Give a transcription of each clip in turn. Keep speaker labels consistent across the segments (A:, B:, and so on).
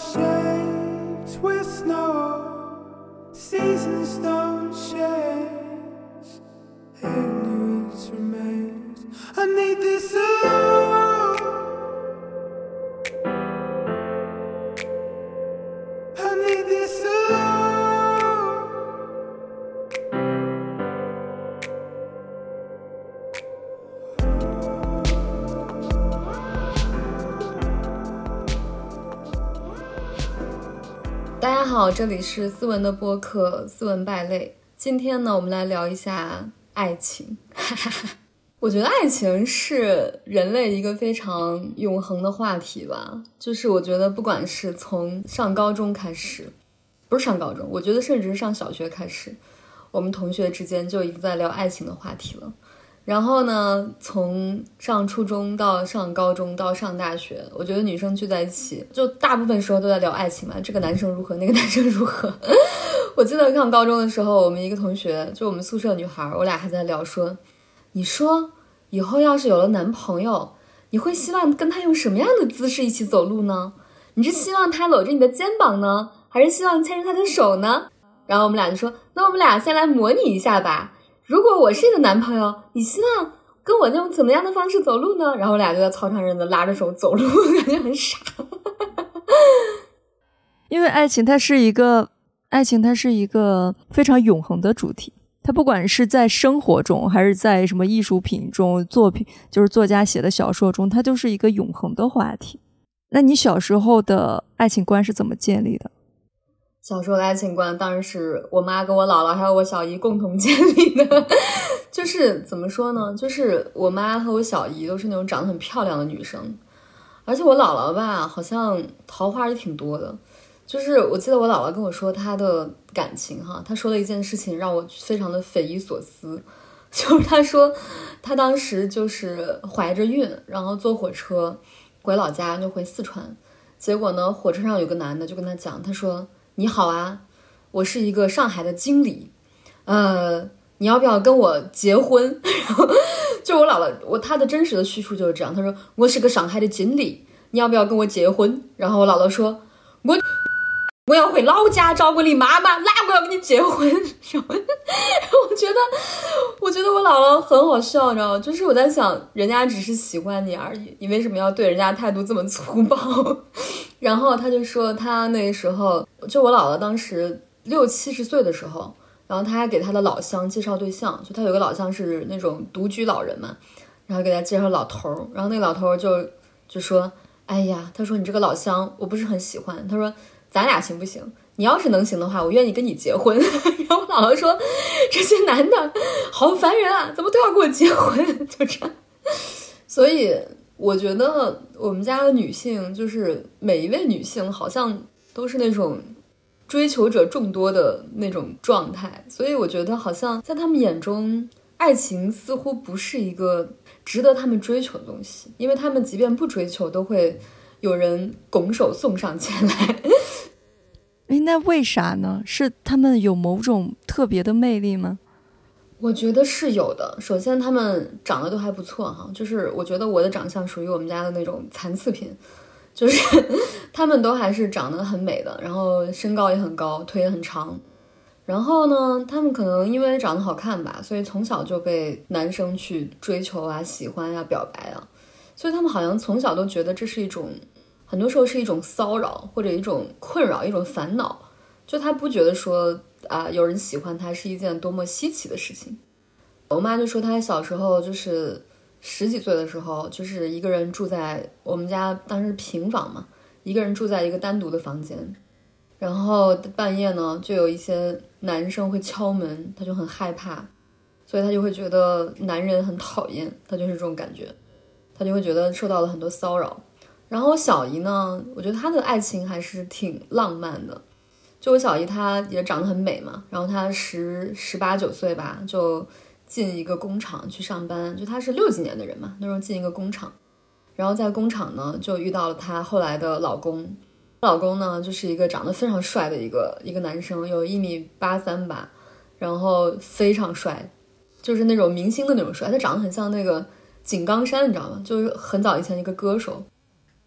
A: shaped with snow, seasons don't change, ignorance remains. I need this alone, I need this alone.
B: 大家好，这里是思文的播客思文败类。今天呢，我们来聊一下爱情。我觉得爱情是人类一个非常永恒的话题吧，就是我觉得不管是从上高中开始，不是上高中，我觉得甚至是上小学开始，我们同学之间就已经在聊爱情的话题了。然后呢，从上初中到上高中到上大学，我觉得女生聚在一起就大部分时候都在聊爱情嘛，这个男生如何，那个男生如何。我记得上高中的时候，我们一个同学，就我们宿舍女孩，我俩还在聊说，你说以后要是有了男朋友，你会希望跟他用什么样的姿势一起走路呢？你是希望他搂着你的肩膀呢，还是希望牵着他的手呢？然后我们俩就说，那我们俩先来模拟一下吧，如果我是你的男朋友，你希望跟我用怎么样的方式走路呢？然后我俩就在操场上的拉着手走路，感觉很傻。
C: 因为爱情它是一个非常永恒的主题，它不管是在生活中还是在什么艺术品中、作品，就是作家写的小说中，它就是一个永恒的话题。那你小时候的爱情观是怎么建立的？
B: 小时候的爱情观当然是我妈跟我姥姥还有我小姨共同建立的。就是怎么说呢，就是我妈和我小姨都是那种长得很漂亮的女生，而且我姥姥吧好像桃花也挺多的。就是我记得我姥姥跟我说她的感情哈，她说了一件事情让我非常的匪夷所思，就是她说她当时就是怀着孕，然后坐火车回老家，就回四川，结果呢火车上有个男的就跟她讲，他说，你好啊，我是一个上海的经理，你要不要跟我结婚？然后就我姥姥，她的真实的叙述就是这样，她说我是个上海的经理，你要不要跟我结婚？然后我姥姥说，我要回老家找我的妈妈，哪个要跟你结婚？我觉得我姥姥很好笑，你知道吗？就是我在想，人家只是喜欢你而已，你为什么要对人家态度这么粗暴？然后他就说，他那时候就我姥姥当时60-70岁的时候，然后他还给他的老乡介绍对象，就他有个老乡是那种独居老人嘛，然后给他介绍老头，然后那个老头就说，哎呀，他说你这个老乡我不是很喜欢，他说咱俩行不行？你要是能行的话，我愿意跟你结婚。然后我姥姥说，这些男的好烦人啊，怎么都要跟我结婚？就这样。所以我觉得我们家的女性，就是每一位女性好像都是那种追求者众多的那种状态，所以我觉得好像在他们眼中，爱情似乎不是一个值得他们追求的东西，因为他们即便不追求，都会有人拱手送上前来。
C: 那为啥呢？是他们有某种特别的魅力吗？
B: 我觉得是有的。首先他们长得都还不错哈，就是我觉得我的长相属于我们家的那种残次品，就是他们都还是长得很美的，然后身高也很高，腿也很长。然后呢，他们可能因为长得好看吧，所以从小就被男生去追求啊、喜欢啊、表白啊，所以他们好像从小都觉得这是一种，很多时候是一种骚扰或者一种困扰、一种烦恼，就他不觉得说有人喜欢他是一件多么稀奇的事情。我妈就说她小时候就是10几岁的时候，就是一个人住在我们家，当时是平房嘛，一个人住在一个单独的房间，然后半夜呢就有一些男生会敲门，她就很害怕，所以她就会觉得男人很讨厌，她就是这种感觉，她就会觉得受到了很多骚扰。然后小姨呢，我觉得她的爱情还是挺浪漫的，就我小姨她也长得很美嘛，然后她18-19岁吧，就进一个工厂去上班，就她是60几年的人嘛，那时候进一个工厂，然后在工厂呢就遇到了她后来的老公，老公呢就是一个长得非常帅的一个男生，有1.83米吧，然后非常帅，就是那种明星的那种帅，他长得很像那个井冈山，你知道吗？就是很早以前一个歌手。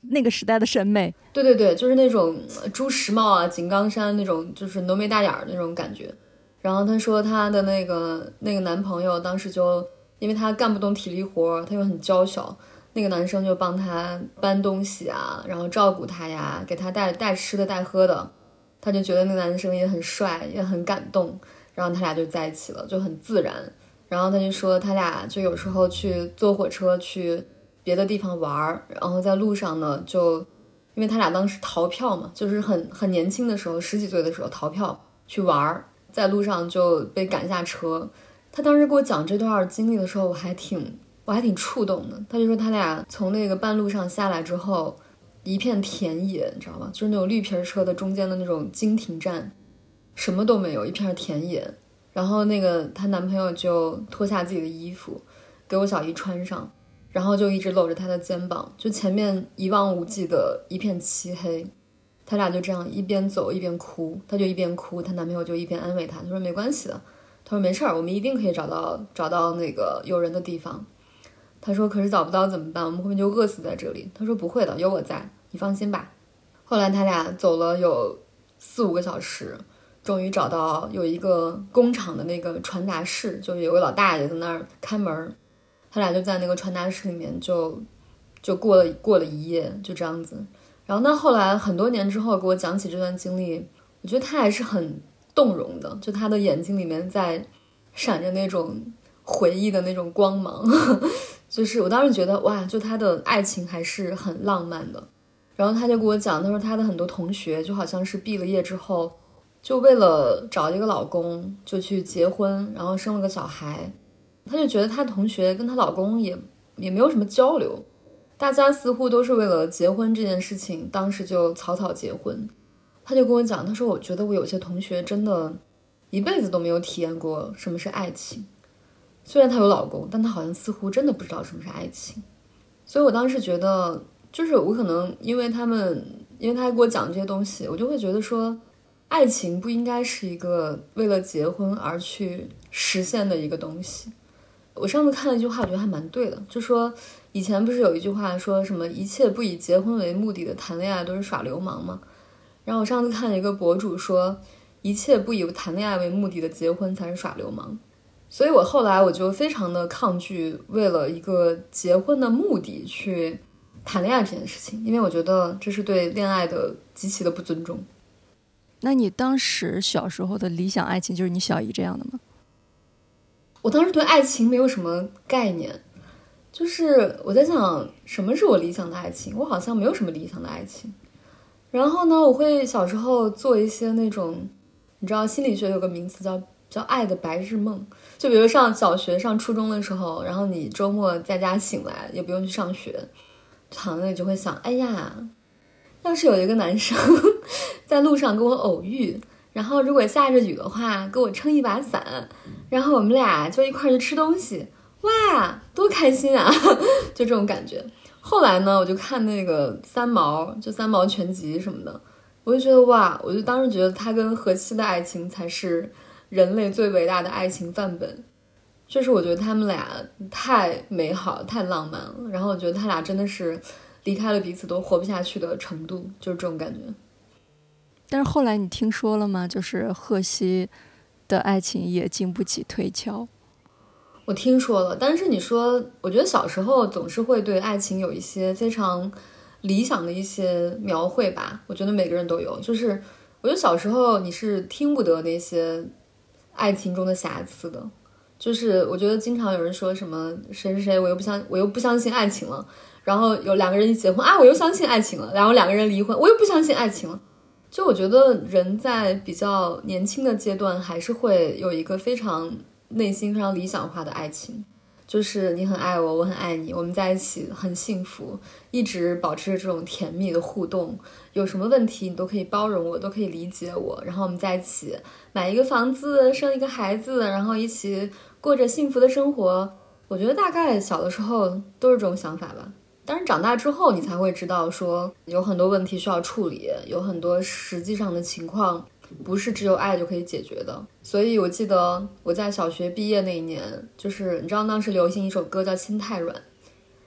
C: 那个时代的审美。
B: 对对对，就是那种朱时茂啊、井冈山那种，就是浓眉大眼那种感觉。然后她说她的那个男朋友当时就因为她干不动体力活，她又很娇小，那个男生就帮她搬东西啊，然后照顾她呀，给她带吃的带喝的。她就觉得那个男生也很帅，也很感动，然后他俩就在一起了，就很自然。然后他就说他俩就有时候去坐火车去别的地方玩，然后在路上呢，就因为他俩当时逃票嘛，就是很年轻的时候，10几岁的时候逃票去玩，在路上就被赶下车。他当时给我讲这段经历的时候，我还挺触动的。他就说他俩从那个半路上下来之后，一片田野，你知道吗？就是那种绿皮车的中间的那种经停站，什么都没有，一片田野。然后那个她男朋友就脱下自己的衣服给我小姨穿上，然后就一直搂着她的肩膀，就前面一望無际的一片漆黑。他俩就这样一边走一边哭，她就一边哭，她男朋友就一边安慰她，他说没关系的，他说没事儿，我们一定可以找到那个有人的地方。他说可是找不到怎么办？我们会不会就饿死在这里？他说不会的，有我在，你放心吧。后来他俩走了有4-5个小时，终于找到有一个工厂的那个传达室，就有个老大爷在那儿看门。他俩就在那个传达室里面就过了一夜，就这样子。然后那后来很多年之后给我讲起这段经历，我觉得他还是很动容的，就他的眼睛里面在闪着那种回忆的那种光芒。就是我当时觉得哇，就他的爱情还是很浪漫的。然后他就给我讲，他说他的很多同学就好像是毕了业之后，就为了找一个老公就去结婚，然后生了个小孩。他就觉得他同学跟她老公也没有什么交流，大家似乎都是为了结婚这件事情当时就草草结婚。他就跟我讲，他说我觉得我有些同学真的一辈子都没有体验过什么是爱情，虽然她有老公，但她好像似乎真的不知道什么是爱情。所以我当时觉得，就是我可能因为他给我讲这些东西，我就会觉得说，爱情不应该是一个为了结婚而去实现的一个东西。我上次看了一句话，我觉得还蛮对的，就说以前不是有一句话说什么一切不以结婚为目的的谈恋爱都是耍流氓吗？然后我上次看了一个博主说，一切不以谈恋爱为目的的结婚才是耍流氓。所以我后来我就非常的抗拒为了一个结婚的目的去谈恋爱这件事情，因为我觉得这是对恋爱的极其的不尊重。
C: 那你当时小时候的理想爱情就是你小姨这样的吗？
B: 我当时对爱情没有什么概念，就是我在想什么是我理想的爱情，我好像没有什么理想的爱情。然后呢，我会小时候做一些那种，你知道心理学有个名词叫爱的白日梦，就比如上小学上初中的时候，然后你周末在家醒来也不用去上学，躺在那里就会想，哎呀，要是有一个男生在路上跟我偶遇，然后如果下着雨的话给我撑一把伞，然后我们俩就一块去吃东西，哇多开心啊。就这种感觉。后来呢，我就看那个三毛全集什么的，我就觉得哇，我就当时觉得他跟何七的爱情才是人类最伟大的爱情范本。就是我觉得他们俩太美好太浪漫了，然后我觉得他俩真的是离开了彼此都活不下去的程度，就是这种感觉。
C: 但是后来你听说了吗？就是荷西的爱情也经不起推敲。
B: 我听说了，但是你说，我觉得小时候总是会对爱情有一些非常理想的一些描绘吧，我觉得每个人都有。就是我觉得小时候你是听不得那些爱情中的瑕疵的，就是我觉得经常有人说什么谁谁谁我又不相信爱情了，然后有2个人一结婚啊，我又相信爱情了，然后2个人离婚，我又不相信爱情了。就我觉得人在比较年轻的阶段还是会有一个非常内心非常理想化的爱情，就是你很爱我，我很爱你，我们在一起很幸福，一直保持着这种甜蜜的互动，有什么问题你都可以包容我，都可以理解我，然后我们在一起买一个房子，生一个孩子，然后一起过着幸福的生活。我觉得大概小的时候都是这种想法吧。但是长大之后你才会知道说有很多问题需要处理，有很多实际上的情况不是只有爱就可以解决的。所以我记得我在小学毕业那一年，就是你知道当时流行一首歌叫《心太软》，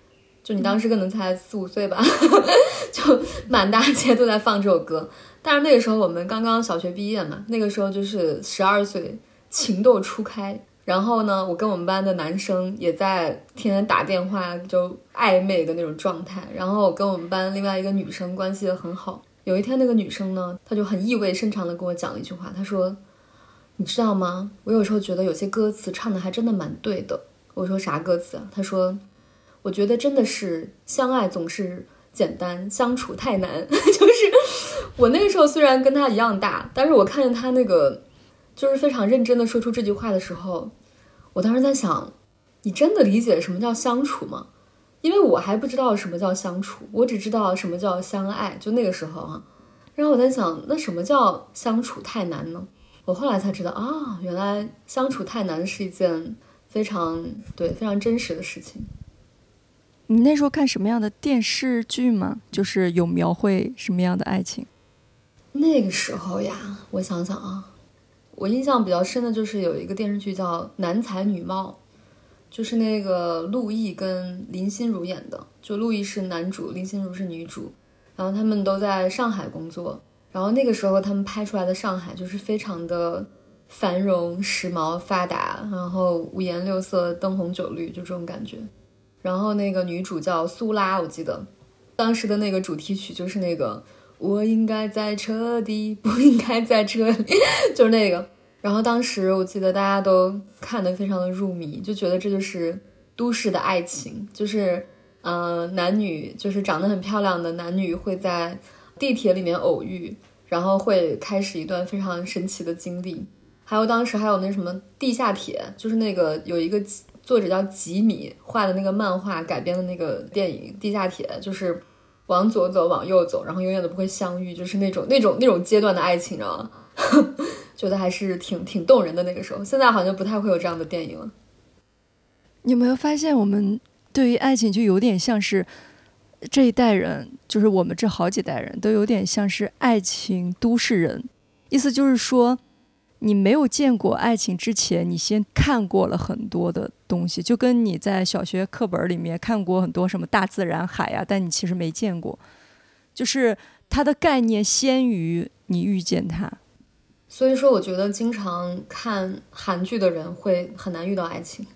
B: 就你当时可能才4、5岁吧，就满大街都在放这首歌。但是那个时候我们刚刚小学毕业嘛，那个时候就是12岁，情窦初开。然后呢，我跟我们班的男生也在天天打电话，就暧昧的那种状态。然后我跟我们班另外一个女生关系也很好。有一天那个女生呢，她就很意味深长的跟我讲了一句话，她说：“你知道吗？我有时候觉得有些歌词唱的还真的蛮对的。”我说：“啥歌词啊？”她说：“我觉得真的是相爱总是简单，相处太难。”就是我那个时候虽然跟她一样大，但是我看见她那个就是非常认真的说出这句话的时候，我当时在想，你真的理解什么叫相处吗？因为我还不知道什么叫相处，我只知道什么叫相爱，就那个时候啊。然后我在想，那什么叫相处太难呢？我后来才知道啊，原来相处太难是一件非常真实的事情。
C: 你那时候看什么样的电视剧吗？就是有描绘什么样的爱情？
B: 那个时候呀，我想想啊，我印象比较深的就是有一个电视剧叫《男才女貌》，就是那个陆毅跟林心如演的，就陆毅是男主，林心如是女主，然后他们都在上海工作，然后那个时候他们拍出来的上海就是非常的繁荣、时髦、发达，然后五颜六色、灯红酒绿，就这种感觉。然后那个女主叫苏拉，我记得当时的那个主题曲就是那个我应该在车底，不应该在车里，就是那个。然后当时我记得大家都看得非常的入迷，就觉得这就是都市的爱情，就是男女就是长得很漂亮的男女会在地铁里面偶遇，然后会开始一段非常神奇的经历。还有当时还有那什么地下铁，就是那个有一个作者叫吉米画的那个漫画改编的那个电影地下铁，就是往左走往右走，然后永远都不会相遇，就是那种阶段的爱情，你知道吗？觉得还是挺动人的那个时候。现在好像不太会有这样的电影了。
C: 你有没有发现我们对于爱情就有点像是这一代人，就是我们这好几代人都有点像是爱情都市人，意思就是说你没有见过爱情之前，你先看过了很多的东西，就跟你在小学课本里面看过很多什么大自然海啊，但你其实没见过，就是它的概念先于你遇见它。
B: 所以说我觉得经常看韩剧的人会很难遇到爱情。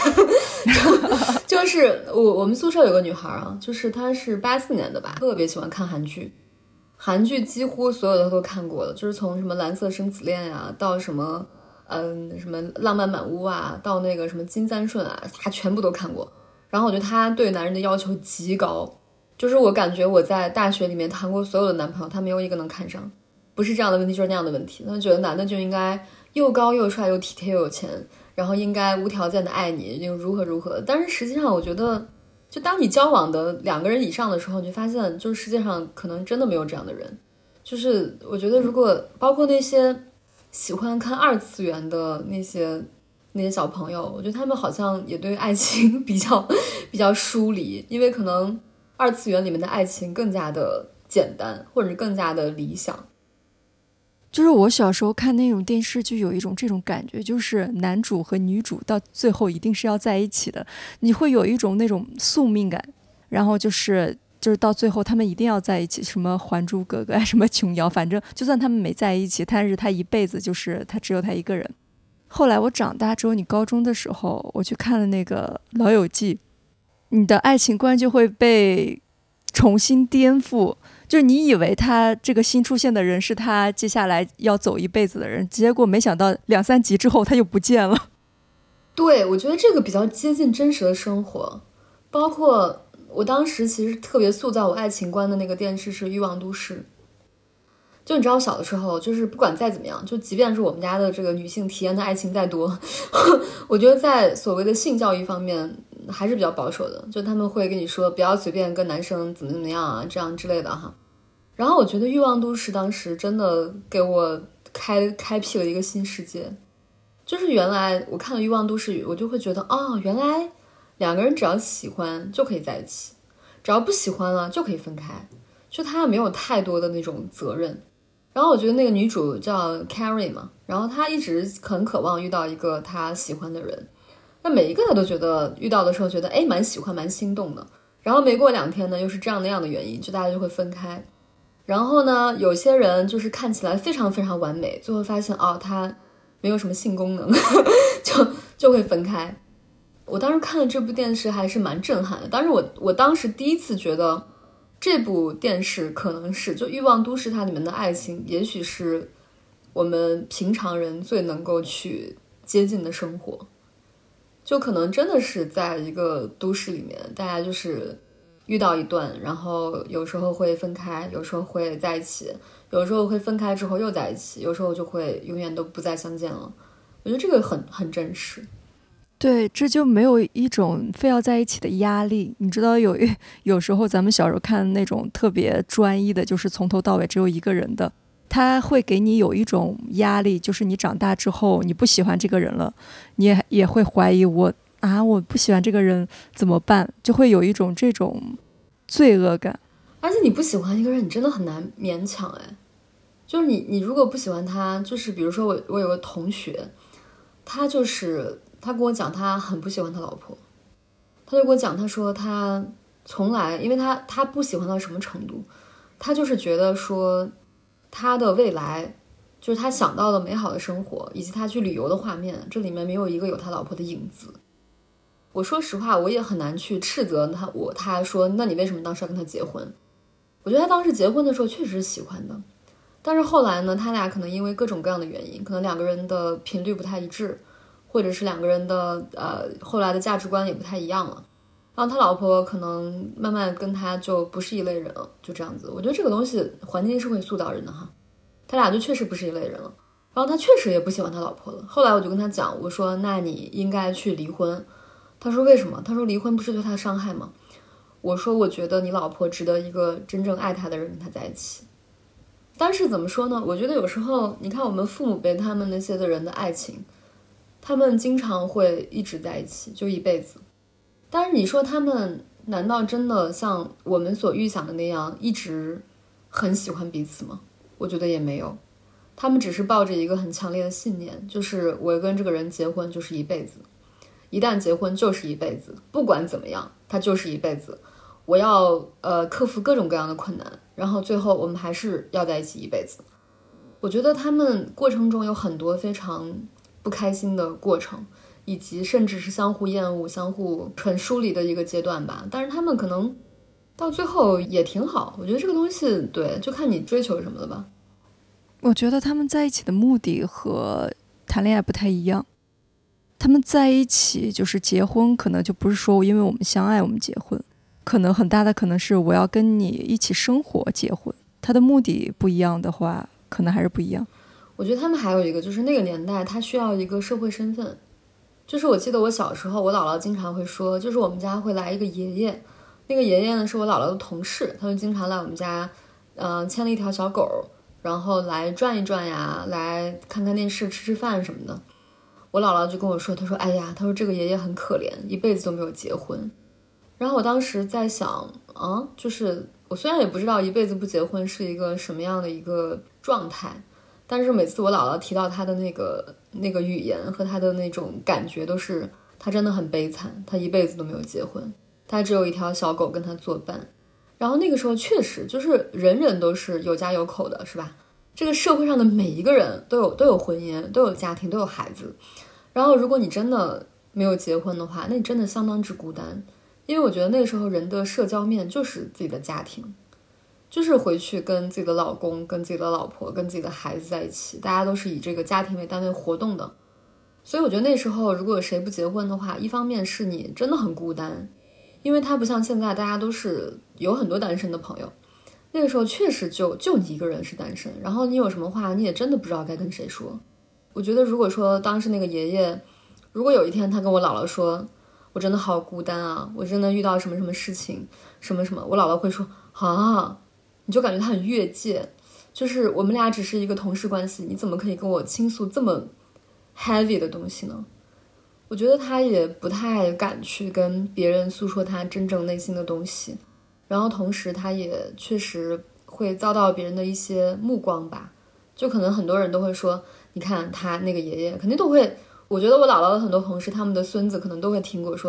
B: 就是我们宿舍有个女孩啊，就是她是84年的吧，特别喜欢看韩剧，韩剧几乎所有的都看过了，就是从什么蓝色生死恋啊，到什么什么浪漫满屋啊，到那个什么金三顺啊，她全部都看过。然后我觉得她对男人的要求极高，就是我感觉我在大学里面谈过所有的男朋友，他没有一个能看上。不是这样的问题就是那样的问题，他觉得男的就应该又高又帅又体贴又有钱，然后应该无条件的爱你，又如何如何。但是实际上我觉得，就当你交往的2个人以上的时候，你就发现就是世界上可能真的没有这样的人。就是我觉得如果包括那些喜欢看2次元的那些小朋友，我觉得他们好像也对爱情比较疏离，因为可能2次元里面的爱情更加的简单，或者是更加的理想。
C: 就是我小时候看那种电视剧有一种这种感觉，就是男主和女主到最后一定是要在一起的，你会有一种那种宿命感，然后就是到最后他们一定要在一起，什么还珠格格什么琼瑶，反正就算他们没在一起，但是他一辈子就是他只有他一个人。后来我长大之后，你高中的时候我去看了那个老友记，你的爱情观就会被重新颠覆，就是你以为他这个新出现的人是他接下来要走一辈子的人，结果没想到2、3集之后他又不见了。
B: 对，我觉得这个比较接近真实的生活，包括我当时其实特别塑造我爱情观的那个电视是《欲望都市》。就你知道小的时候，就是不管再怎么样，就即便是我们家的这个女性体验的爱情再多，我觉得在所谓的性教育方面还是比较保守的，就他们会跟你说不要随便跟男生怎么样啊，这样之类的哈。然后我觉得《欲望都市》当时真的给我开辟了一个新世界，就是原来我看了《欲望都市》，我就会觉得哦，原来2个人只要喜欢就可以在一起，只要不喜欢了就可以分开，就他没有太多的那种责任。然后我觉得那个女主叫 Carrie 嘛，然后她一直很渴望遇到一个她喜欢的人，那每一个她都觉得遇到的时候觉得蛮喜欢蛮心动的， 然后没过2天呢，又是这样那样的原因，就大家就会分开。然后呢，有些人就是看起来非常非常完美，最后发现他没有什么性功能就会分开。我当时看了这部电视还是蛮震撼的，但是我当时第一次觉得这部电视可能是就《欲望都市》它里面的爱情，也许是我们平常人最能够去接近的生活，就可能真的是在一个都市里面，大家就是遇到一段，然后有时候会分开，有时候会在一起，有时候会分开之后又在一起，有时候就会永远都不再相见了。我觉得这个很真实。
C: 对，这就没有一种非要在一起的压力。你知道有时候咱们小时候看那种特别专一的，就是从头到尾只有一个人的，他会给你有一种压力，就是你长大之后你不喜欢这个人了，你也会怀疑我不喜欢这个人怎么办，就会有一种这种罪恶感。
B: 而且你不喜欢一个人，你真的很难勉强就是你如果不喜欢他，就是比如说我有个同学，他跟我讲他很不喜欢他老婆，他就跟我讲，他说他从来，因为他不喜欢到什么程度，他就是觉得说他的未来，就是他想到的美好的生活以及他去旅游的画面，这里面没有一个有他老婆的影子。我说实话，我也很难去斥责他说那你为什么当时要跟他结婚。我觉得他当时结婚的时候确实是喜欢的，但是后来呢，他俩可能因为各种各样的原因，可能两个人的频率不太一致，或者是两个人的后来的价值观也不太一样了，然后他老婆可能慢慢跟他就不是一类人了，就这样子。我觉得这个东西环境是会塑造人的哈，他俩就确实不是一类人了，然后他确实也不喜欢他老婆了。后来我就跟他讲，我说那你应该去离婚。他说为什么？他说离婚不是对他的伤害吗？我说我觉得你老婆值得一个真正爱她的人跟她在一起。但是怎么说呢，我觉得有时候你看我们父母辈他们那些的人的爱情，他们经常会一直在一起，就一辈子。但是你说他们难道真的像我们所预想的那样一直很喜欢彼此吗？我觉得也没有。他们只是抱着一个很强烈的信念，就是我跟这个人结婚就是一辈子，一旦结婚就是一辈子，不管怎么样他就是一辈子。我要克服各种各样的困难，然后最后我们还是要在一起一辈子。我觉得他们过程中有很多非常不开心的过程，以及甚至是相互厌恶、相互很疏离的一个阶段吧。但是他们可能到最后也挺好。我觉得这个东西对，就看你追求什么了吧。
C: 我觉得他们在一起的目的和谈恋爱不太一样。他们在一起就是结婚，可能就不是说因为我们相爱我们结婚，可能很大的可能是我要跟你一起生活结婚。他的目的不一样的话，可能还是不一样。
B: 我觉得他们还有一个就是那个年代他需要一个社会身份。就是我记得我小时候，我姥姥经常会说，就是我们家会来一个爷爷，那个爷爷呢是我姥姥的同事，他就经常来我们家牵了一条小狗，然后来转一转呀，来看看电视吃吃饭什么的。我姥姥就跟我说，她说哎呀，她说这个爷爷很可怜，一辈子都没有结婚。然后我当时在想就是我虽然也不知道一辈子不结婚是一个什么样的一个状态，但是每次我姥姥提到她的那个语言和她的那种感觉，都是她真的很悲惨，她一辈子都没有结婚，她只有一条小狗跟她作伴。然后那个时候确实就是人人都是有家有口的，是吧？这个社会上的每一个人都有婚姻，都有家庭，都有孩子。然后如果你真的没有结婚的话，那你真的相当之孤单。因为我觉得那个时候人的社交面就是自己的家庭，就是回去跟自己的老公、跟自己的老婆、跟自己的孩子在一起，大家都是以这个家庭为单位活动的。所以我觉得那时候如果有谁不结婚的话，一方面是你真的很孤单，因为他不像现在大家都是有很多单身的朋友，那个时候确实就你一个人是单身，然后你有什么话你也真的不知道该跟谁说。我觉得如果说当时那个爷爷，如果有一天他跟我姥姥说，我真的好孤单啊，我真的遇到什么什么事情什么什么，我姥姥会说你就感觉他很越界，就是我们俩只是一个同事关系，你怎么可以跟我倾诉这么 heavy 的东西呢？我觉得他也不太敢去跟别人诉说他真正内心的东西，然后同时他也确实会遭到别人的一些目光吧，就可能很多人都会说，你看他那个爷爷肯定都会，我觉得我姥姥的很多同事他们的孙子可能都会听过说，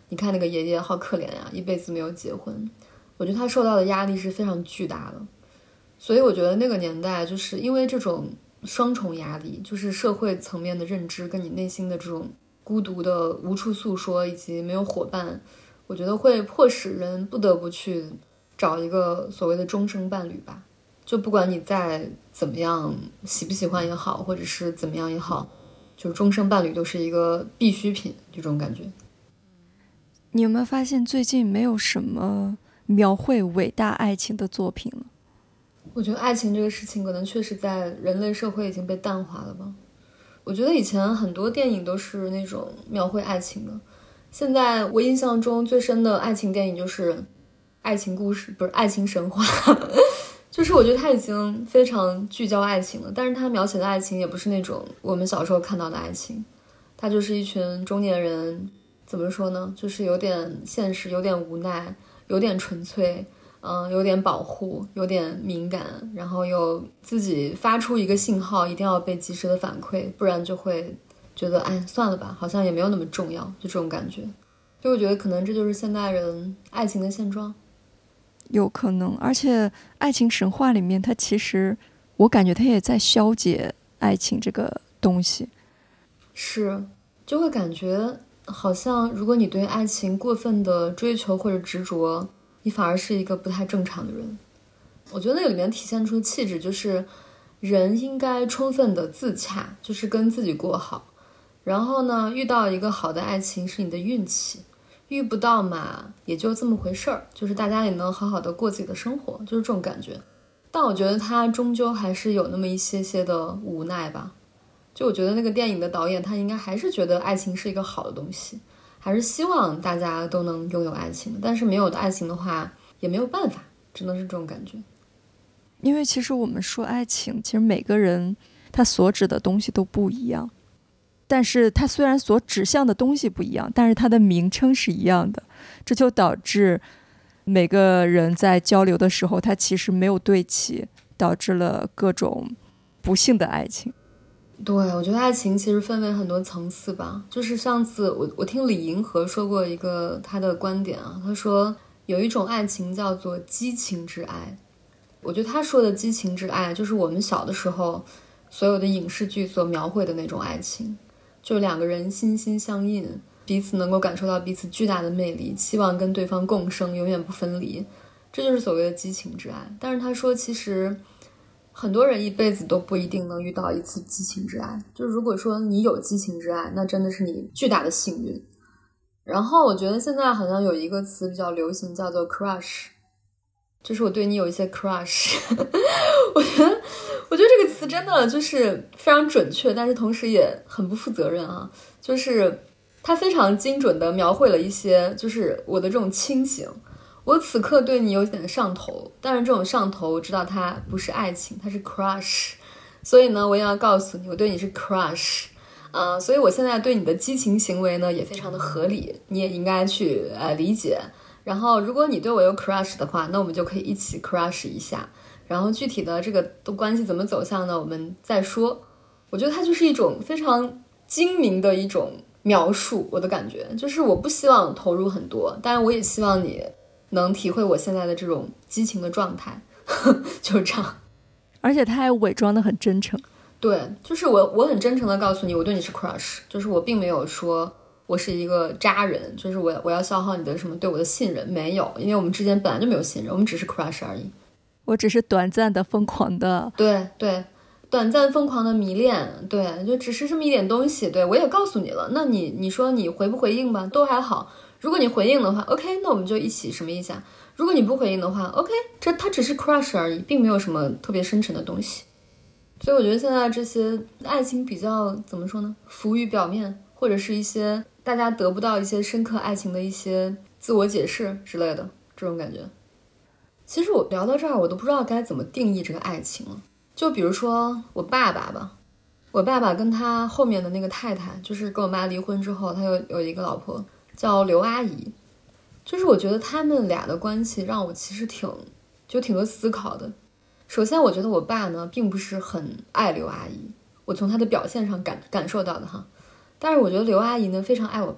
B: 你看那个爷爷好可怜呀，一辈子没有结婚。我觉得他受到的压力是非常巨大的。所以我觉得那个年代就是因为这种双重压力，就是社会层面的认知跟你内心的这种孤独的无处诉说以及没有伙伴，我觉得会迫使人不得不去找一个所谓的终生伴侣吧。就不管你再怎么样喜不喜欢也好，或者是怎么样也好，就是终生伴侣都是一个必需品，这种感觉。
C: 你有没有发现最近没有什么描绘伟大爱情的作品了？
B: 我觉得爱情这个事情可能确实在人类社会已经被淡化了吧。我觉得以前很多电影都是那种描绘爱情的，现在我印象中最深的爱情电影就是爱情故事，不是爱情神话就是我觉得它已经非常聚焦爱情了，但是它描写的爱情也不是那种我们小时候看到的爱情，它就是一群中年人，怎么说呢，就是有点现实，有点无奈，有点纯粹，有点保护，有点敏感，然后又自己发出一个信号，一定要被及时的反馈，不然就会觉得哎算了吧，好像也没有那么重要，就这种感觉。所以我觉得可能这就是现代人爱情的现状。
C: 有可能，而且爱情神话里面，它其实我感觉它也在消解爱情这个东西。
B: 是，就会感觉好像如果你对爱情过分的追求或者执着，你反而是一个不太正常的人。我觉得那个里面体现出气质就是人应该充分的自洽，就是跟自己过好，然后呢遇到一个好的爱情是你的运气，遇不到嘛也就这么回事儿，就是大家也能好好的过自己的生活，就是这种感觉。但我觉得他终究还是有那么一些些的无奈吧。就我觉得那个电影的导演他应该还是觉得爱情是一个好的东西，还是希望大家都能拥有爱情，但是没有的爱情的话也没有办法，只能是这种感觉。
C: 因为其实我们说爱情，其实每个人他所指的东西都不一样，但是他虽然所指向的东西不一样，但是它的名称是一样的，这就导致每个人在交流的时候他其实没有对齐，导致了各种不幸的爱情。
B: 对，我觉得爱情其实分为很多层次吧。就是上次我听李银河说过一个他的观点啊，他说有一种爱情叫做激情之爱。我觉得他说的激情之爱就是我们小的时候所有的影视剧所描绘的那种爱情，就两个人心心相印，彼此能够感受到彼此巨大的魅力，期望跟对方共生，永远不分离，这就是所谓的激情之爱。但是他说其实很多人一辈子都不一定能遇到一次激情之爱，就是如果说你有激情之爱，那真的是你巨大的幸运。然后我觉得现在好像有一个词比较流行，叫做 crush， 就是我对你有一些 crush 我觉得这个词真的就是非常准确，但是同时也很不负责任啊，就是它非常精准的描绘了一些就是我的这种清醒，我此刻对你有点上头，但是这种上头我知道它不是爱情，它是 crush， 所以呢我也要告诉你我对你是 crush，所以我现在对你的激情行为呢也非常的合理，你也应该去理解。然后如果你对我有 crush 的话，那我们就可以一起 crush 一下，然后具体的这个关系怎么走向呢我们再说。我觉得它就是一种非常精明的一种描述，我的感觉就是我不希望投入很多，但是我也希望你能体会我现在的这种激情的状态就是这样。
C: 而且他还伪装得很真诚。
B: 对，就是我很真诚的告诉你我对你是 crush， 就是我并没有说我是一个渣人，就是我要消耗你的什么对我的信任，没有，因为我们之间本来就没有信任，我们只是 crush 而已。
C: 我只是短暂的疯狂的，
B: 对，短暂疯狂的迷恋，对，就只是这么一点东西。对，我也告诉你了，那你说你回不回应吧，都还好。如果你回应的话 OK， 那我们就一起什么一下。如果你不回应的话 OK， 它只是 crush 而已，并没有什么特别深沉的东西。所以我觉得现在这些爱情比较怎么说呢，浮于表面，或者是一些大家得不到一些深刻爱情的一些自我解释之类的这种感觉。其实我聊到这儿我都不知道该怎么定义这个爱情了。就比如说我爸爸吧，我爸爸跟他后面的那个太太，就是跟我妈离婚之后他有一个老婆叫刘阿姨，就是我觉得他们俩的关系让我其实挺多思考的。首先我觉得我爸呢并不是很爱刘阿姨，我从他的表现上感受到的哈，但是我觉得刘阿姨呢非常爱我爸，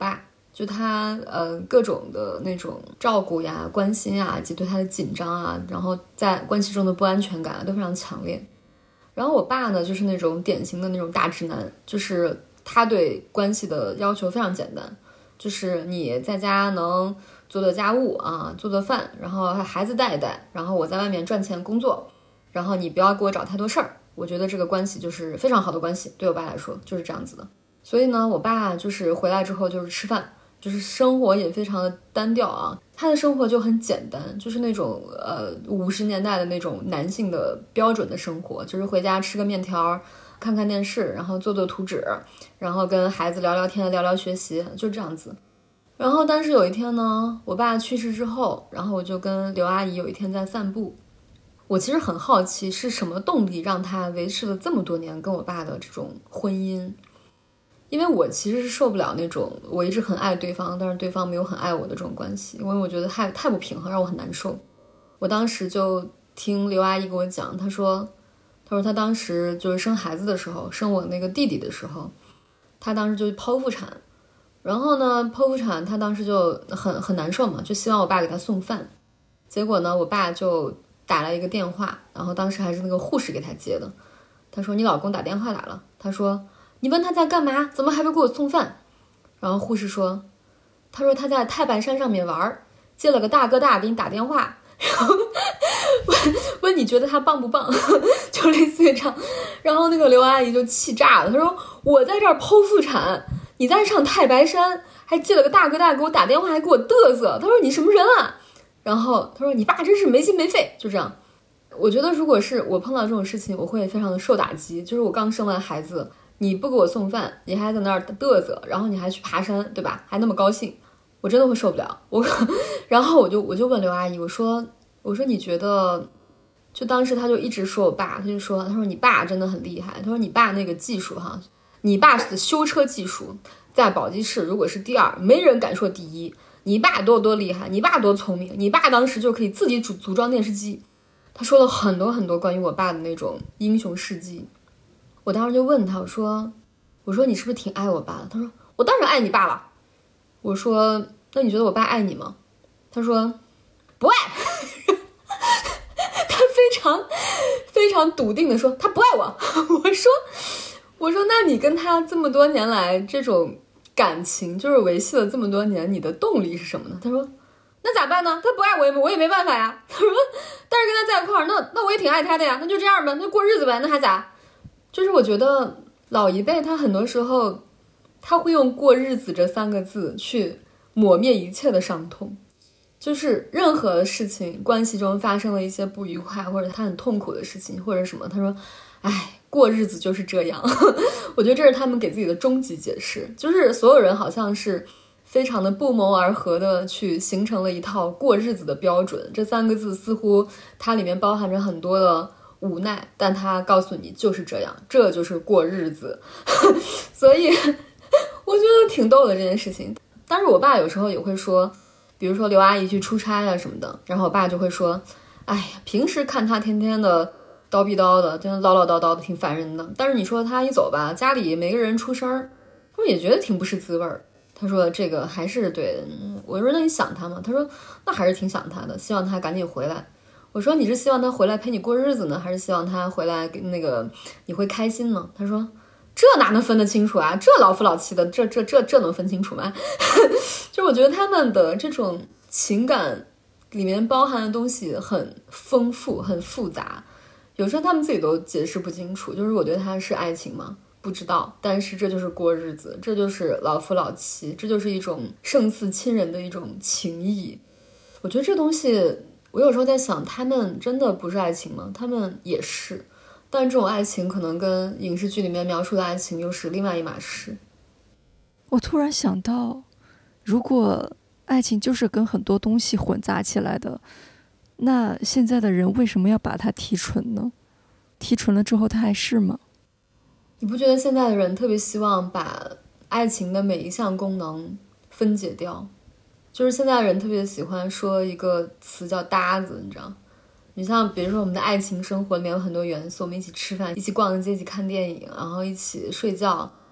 B: 就他各种的那种照顾呀、关心啊，以及对他的紧张啊，然后在关系中的不安全感都非常强烈。然后我爸呢，就是那种典型的那种大直男，就是他对关系的要求非常简单，就是你在家能做做家务啊，做做饭，然后孩子带一带，然后我在外面赚钱工作，然后你不要给我找太多事儿。我觉得这个关系就是非常好的关系，对我爸来说就是这样子的。所以呢，我爸就是回来之后就是吃饭，就是生活也非常的单调啊。他的生活就很简单，就是那种50年代的那种男性的标准的生活，就是回家吃个面条，看看电视，然后做做图纸，然后跟孩子聊聊天，聊聊学习，就这样子。然后但是有一天呢，我爸去世之后，然后我就跟刘阿姨有一天在散步。我其实很好奇是什么动力让他维持了这么多年跟我爸的这种婚姻，因为我其实是受不了那种我一直很爱对方，但是对方没有很爱我的这种关系，因为我觉得太不平衡，让我很难受。我当时就听刘阿姨给我讲，她说她当时就是生孩子的时候，生我那个弟弟的时候，她当时就剖腹产，然后呢剖腹产她当时就很难受嘛，就希望我爸给她送饭。结果呢我爸就打了一个电话，然后当时还是那个护士给他接的。他说你老公打电话来了，他说你问他在干嘛，怎么还不给我送饭？然后护士说，他说他在太白山上面玩，接了个大哥大给你打电话，然后问你觉得他棒不棒，就类似于这样。然后那个刘阿姨就气炸了，她说我在这儿剖腹产，你在上太白山还接了个大哥大给我打电话，还给我嘚瑟，他说你什么人啊？然后他说你爸真是没心没肺，就这样。我觉得如果是我碰到这种事情，我会非常的受打击。就是我刚生完孩子，你不给我送饭，你还在那儿嘚瑟，然后你还去爬山，对吧？还那么高兴，我真的会受不了。然后我就问刘阿姨，我说你觉得，就当时他就一直说我爸，他说你爸真的很厉害，他说你爸那个技术哈，你爸的修车技术在宝鸡市如果是第2，没人敢说第1。你爸多厉害，你爸多聪明，你爸当时就可以自己组装电视机。他说了很多很多关于我爸的那种英雄事迹。我当时就问他，我说你是不是挺爱我爸的？他说我当然爱你爸了。我说那你觉得我爸爱你吗？他说不爱。他非常笃定的说他不爱我。我说那你跟他这么多年来这种感情就是维系了这么多年，你的动力是什么呢？他说那咋办呢？他不爱我也没办法呀。他说但是跟他在一块儿，那我也挺爱他的呀，那就这样吧，那过日子呗，那还咋？就是我觉得老一辈他很多时候他会用过日子这3个字去抹灭一切的伤痛，就是任何事情关系中发生了一些不愉快，或者他很痛苦的事情或者什么，他说哎，过日子就是这样。我觉得这是他们给自己的终极解释，就是所有人好像是非常的不谋而合的去形成了一套过日子的标准，这3个字似乎它里面包含着很多的无奈，但它告诉你就是这样，这就是过日子。所以我觉得挺逗的这件事情。但是我爸有时候也会说，比如说刘阿姨去出差啊什么的，然后我爸就会说哎呀，平时看他天天的叨逼叨的，真的唠唠叨叨的，挺烦人的。但是你说他一走吧，家里没个人出声，他说也觉得挺不是滋味儿。他说这个还是对。我说那你想他吗？他说那还是挺想他的，希望他赶紧回来。我说你是希望他回来陪你过日子呢，还是希望他回来那个你会开心呢？他说这哪能分得清楚啊，这老夫老妻的，这能分清楚吗？就我觉得他们的这种情感里面包含的东西很丰富很复杂，有时候他们自己都解释不清楚。就是我觉得他是爱情吗？不知道，但是这就是过日子，这就是老夫老妻，这就是一种胜似亲人的一种情谊。我觉得这东西我有时候在想，他们真的不是爱情吗？他们也是，但这种爱情可能跟影视剧里面描述的爱情又是另外一码事。
C: 我突然想到，如果爱情就是跟很多东西混杂起来的，那现在的人为什么要把它提纯呢？提纯了之后它还是吗？
B: 你不觉得现在的人特别希望把爱情的每一项功能分解掉？就是现在的人特别喜欢说一个词叫搭子，你知道，你像比如说我们的爱情生活里面有很多元素，我们一起吃饭，一起逛街，一起看电影，然后一起睡觉，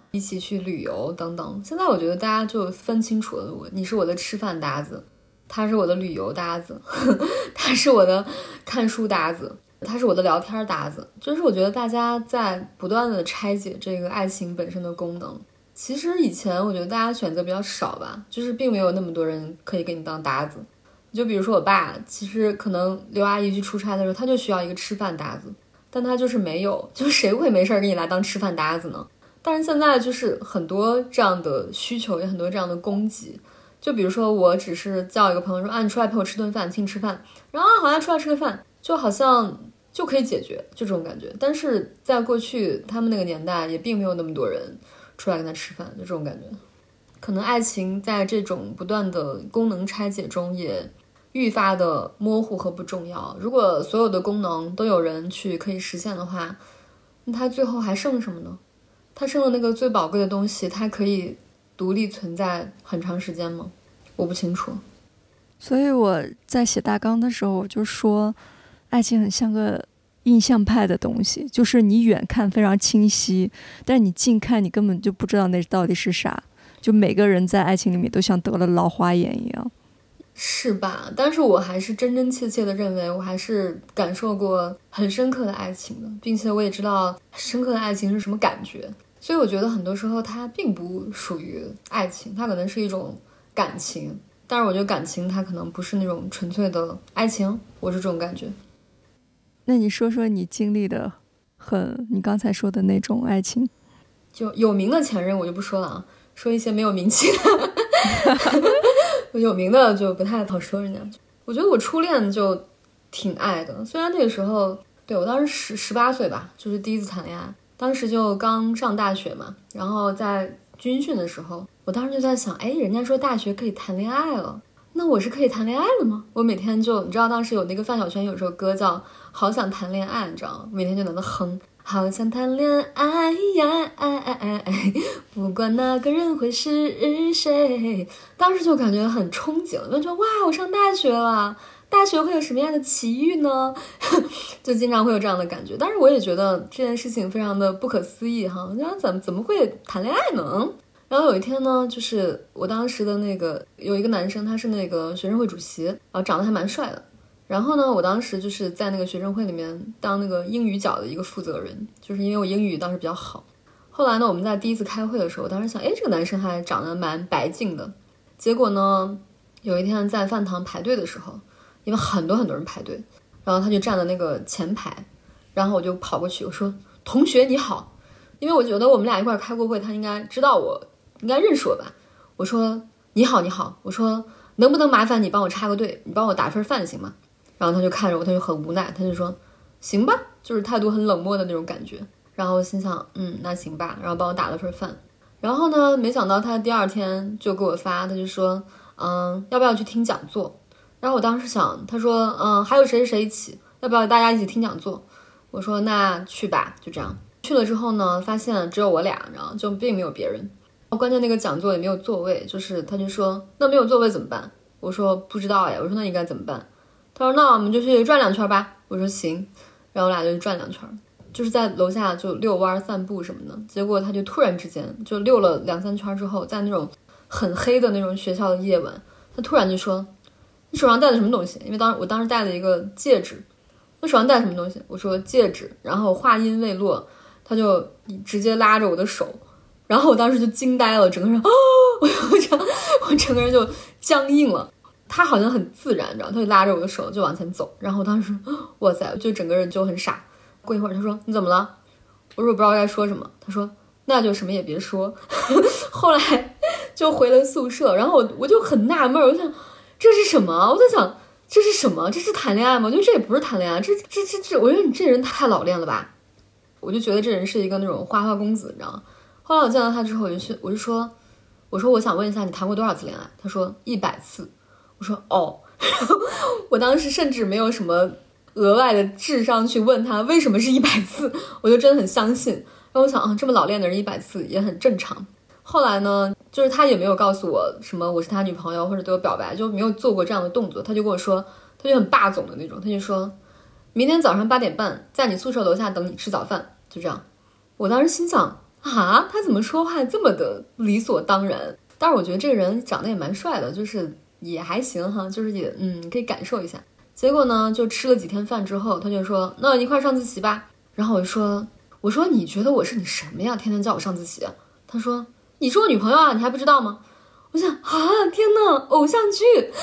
B: 一起去旅游等等。现在我觉得大家就分清楚了，你是我的吃饭搭子，他是我的旅游搭子，他是我的看书搭子，他是我的聊天搭子。就是我觉得大家在不断的拆解这个爱情本身的功能。其实以前我觉得大家选择比较少吧，就是并没有那么多人可以给你当搭子。就比如说我爸，其实可能刘阿姨去出差的时候，他就需要一个吃饭搭子，但他就是没有，就谁会没事给你来当吃饭搭子呢？但是现在就是很多这样的需求，也很多这样的供给。就比如说我只是叫一个朋友说啊，你出来陪我吃顿饭，请你吃饭，然后好像出来吃个饭，就好像就可以解决，就这种感觉。但是在过去他们那个年代，也并没有那么多人出来跟他吃饭，就这种感觉。可能爱情在这种不断的功能拆解中也愈发的模糊和不重要。如果所有的功能都有人去可以实现的话，那它最后还剩什么呢？它剩的那个最宝贵的东西，它可以独立存在很长时间吗？我不清楚。
C: 所以我在写大纲的时候，我就说爱情很像个印象派的东西，就是你远看非常清晰，但是你近看你根本就不知道那到底是啥。就每个人在爱情里面都像得了老花眼一样，
B: 是吧？但是我还是真真切切的认为，我还是感受过很深刻的爱情的，并且我也知道深刻的爱情是什么感觉。所以我觉得很多时候它并不属于爱情，它可能是一种感情，但是我觉得感情它可能不是那种纯粹的爱情，我是这种感觉。
C: 那你说说你经历的你刚才说的那种爱情。
B: 就有名的前任我就不说了啊，说一些没有名气的有名的就不太好说人家。我觉得我初恋就挺爱的，虽然那个时候对我当时18岁吧，就是第一次谈恋爱，当时就刚上大学嘛，然后在军训的时候，我当时就在想，哎，人家说大学可以谈恋爱了，那我是可以谈恋爱了吗？我每天就你知道当时有那个范晓萱有首歌叫好想谈恋爱，你知道吗？每天就在那哼好想谈恋爱呀，不管那个人会是谁。当时就感觉很憧憬，就觉得哇，我上大学了，大学会有什么样的奇遇呢？就经常会有这样的感觉。但是我也觉得这件事情非常的不可思议哈，我觉得怎么会谈恋爱呢？然后有一天呢，就是我当时的那个有一个男生，他是那个学生会主席，然后长得还蛮帅的。然后呢，我当时就是在那个学生会里面当那个英语角的一个负责人，就是因为我英语当时比较好。后来呢，我们在第一次开会的时候，我当时想，哎，这个男生还长得蛮白净的。结果呢，有一天在饭堂排队的时候，因为很多人排队，然后他就站在那个前排，然后我就跑过去，我说：“同学你好。”因为我觉得我们俩一块开过会，他应该知道我，应该认识我吧。我说：“你好，你好。”我说：“能不能麻烦你帮我插个队，你帮我打份饭行吗？”然后他就看着我，他就很无奈，他就说：“行吧。”就是态度很冷漠的那种感觉。然后我心想，那行吧，然后帮我打了份饭。然后呢，没想到他第二天就给我发，他就说，要不要去听讲座？然后我当时想，他说，还有谁一起，要不要大家一起听讲座？我说那去吧，就这样。去了之后呢，发现只有我俩，然后就并没有别人。关键那个讲座也没有座位，就是他就说，那没有座位怎么办？我说不知道呀，我说那你该怎么办？他说那我们就去转2圈吧。我说行，然后我俩就转2圈，就是在楼下就遛弯散步什么的。结果他就突然之间就溜了2-3圈之后，在那种很黑的那种学校的夜晚，他突然就说，你手上戴的什么东西？因为我当时戴了一个戒指。我手上戴什么东西？我说戒指。然后话音未落，他就直接拉着我的手，然后我当时就惊呆了，整个人我整个人就僵硬了。他好像很自然，你知道，他就拉着我的手就往前走，然后我当时哇塞，就整个人就很傻。过一会儿他说你怎么了？我说我不知道该说什么。他说那就什么也别说。后来就回了宿舍，然后我就很纳闷，我就想这是什么？我在想这是什么？这是谈恋爱吗？我觉得这也不是谈恋爱，这，我觉得你这人太老练了吧。我就觉得这人是一个那种花花公子，你知道吗？后来我见到他之后，我就说我想问一下你谈过多少次恋爱？他说100次。我说哦。我当时甚至没有什么额外的智商去问他为什么是100次，我就真的很相信。然后我想这么老练的人100次也很正常。后来呢，就是他也没有告诉我什么我是他女朋友或者对我表白，就没有做过这样的动作。他就跟我说，他就很霸总的那种，他就说明天早上8点半在你宿舍楼下等你吃早饭，就这样。我当时心想啊，他怎么说话这么的理所当然？但是我觉得这个人长得也蛮帅的，就是也还行哈，就是也可以感受一下。结果呢，就吃了几天饭之后，他就说那一块上自习吧。然后我说你觉得我是你什么呀？天天叫我上自习。他说你是我女朋友啊，你还不知道吗？我想啊，天哪，偶像剧。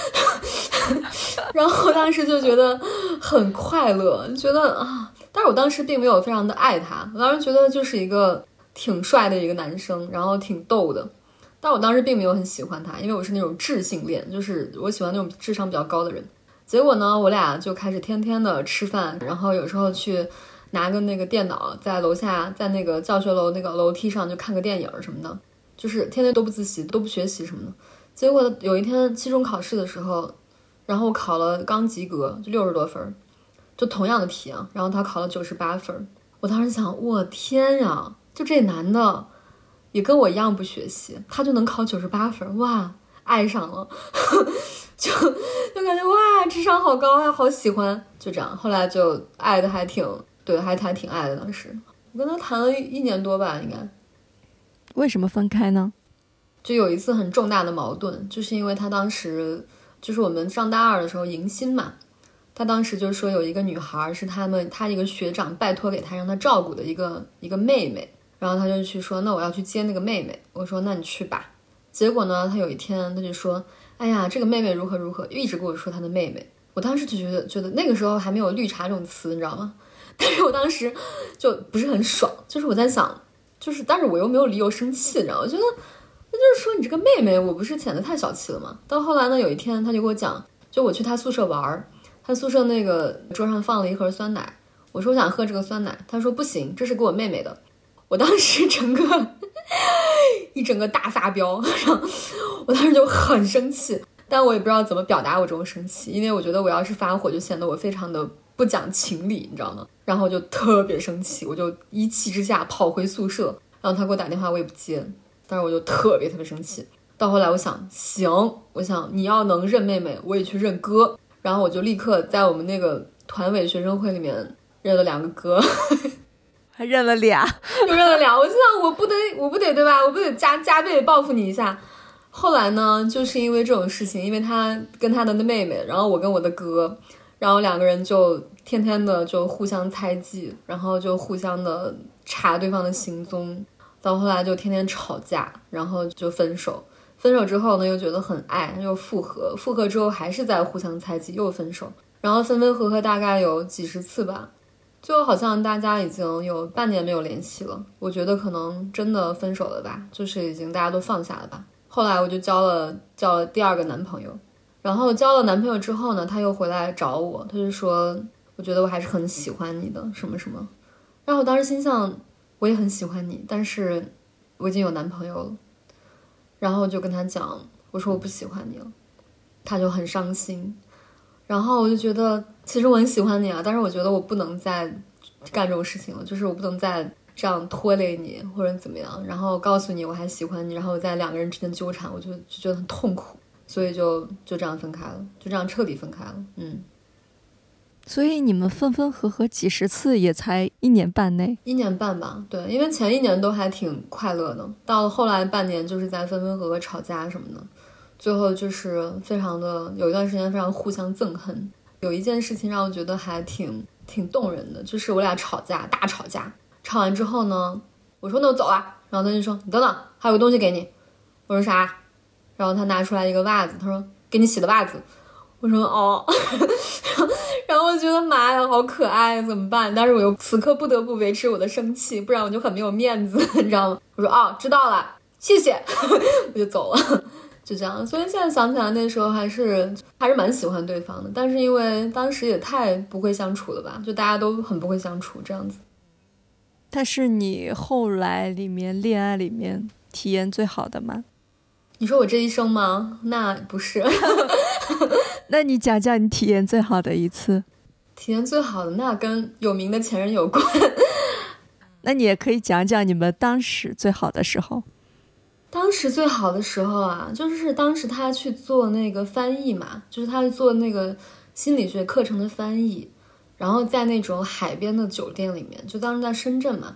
B: 然后我当时就觉得很快乐，觉得啊，但是我当时并没有非常的爱他，我当时觉得就是一个挺帅的一个男生，然后挺逗的。但我当时并没有很喜欢他，因为我是那种智性恋，就是我喜欢那种智商比较高的人。结果呢，我俩就开始天天的吃饭，然后有时候去拿个那个电脑，在楼下，在那个教学楼那个楼梯上就看个电影什么的，就是天天都不自习，都不学习什么的。结果有一天期中考试的时候，然后我考了刚及格，就60多分，就同样的题啊，然后他考了98分。我当时想，我天呀，就这男的也跟我一样不学习，他就能考98分，哇，爱上了。就感觉哇，智商好高啊，好喜欢，就这样。后来就爱的还挺对，还挺爱的。当时我跟他谈了1年多吧，应该。
C: 为什么分开呢？
B: 就有一次很重大的矛盾，就是因为他当时就是我们上大2的时候迎新嘛，他当时就说有一个女孩是他一个学长拜托给他让他照顾的一个妹妹，然后他就去说那我要去接那个妹妹，我说那你去吧。结果呢，他有一天他就说哎呀，这个妹妹如何如何，一直跟我说他的妹妹。我当时就觉得那个时候还没有绿茶这种词，你知道吗？但是我当时就不是很爽，就是我在想，就是但是我又没有理由生气，你知道吗？我觉得那就是说你这个妹妹，我不是显得太小气了吗？到后来呢，有一天他就给我讲，就我去他宿舍玩，他宿舍那个桌上放了一盒酸奶，我说我想喝这个酸奶，他说不行，这是给我妹妹的。我当时一整个大发飙，然后我当时就很生气，但我也不知道怎么表达我这种生气，因为我觉得我要是发火就显得我非常的不讲情理，你知道吗？然后就特别生气，我就一气之下跑回宿舍，然后他给我打电话我也不接，但是我就特别生气。到后来我想行，我想你要能认妹妹我也去认哥，然后我就立刻在我们那个团委学生会里面认了2个哥。
C: 还认了俩，
B: 又认了俩，我就想我不得对吧？我不得加倍报复你一下。后来呢，就是因为这种事情，因为他跟他的妹妹，然后我跟我的哥，然后2个人就天天的就互相猜忌，然后就互相的查对方的行踪，到后来就天天吵架，然后就分手。分手之后呢，又觉得很爱，又复合，复合之后还是在互相猜忌，又分手，然后分分合合大概有几十次吧。最后好像大家已经有半年没有联系了，我觉得可能真的分手了吧，就是已经大家都放下了吧。后来我就交了第2个男朋友，然后交了男朋友之后呢，他又回来找我，他就说我觉得我还是很喜欢你的什么什么。然后我当时心想我也很喜欢你，但是我已经有男朋友了。然后我就跟他讲，我说我不喜欢你了，他就很伤心。然后我就觉得其实我很喜欢你啊，但是我觉得我不能再干这种事情了，就是我不能再这样拖累你或者怎么样，然后告诉你我还喜欢你，然后在2个人之间纠缠，我就觉得很痛苦，所以就这样分开了，就这样彻底分开了。
C: 所以你们分分合合几十次也才1年半内
B: ？1年半吧，对，因为前1年都还挺快乐的，到了后来半年就是在分分合合吵架什么的，最后就是非常的有一段时间非常互相憎恨。有一件事情让我觉得还挺动人的，就是我俩大吵架，吵完之后呢，我说那我走了，然后他就说你等等，还有个东西给你。我说啥？然后他拿出来一个袜子，他说给你洗的袜子。我说哦。然后我觉得妈呀好可爱，怎么办？但是我又此刻不得不维持我的生气，不然我就很没有面子，你知道吗？我说哦知道了，谢谢。我就走了，就这样。所以现在想起来那时候还是蛮喜欢对方的，但是因为当时也太不会相处了吧，就大家都很不会相处这样子。
C: 但是你后来恋爱里面体验最好的吗？
B: 你说我这一生吗？那不是。
C: 那你讲讲你体验最好的一次。
B: 体验最好的那跟有名的前任有关。
C: 那你也可以讲讲你们当时最好的时候。
B: 当时最好的时候啊，就是当时他去做那个翻译嘛，就是他去做那个心理学课程的翻译，然后在那种海边的酒店里面，就当时在深圳嘛，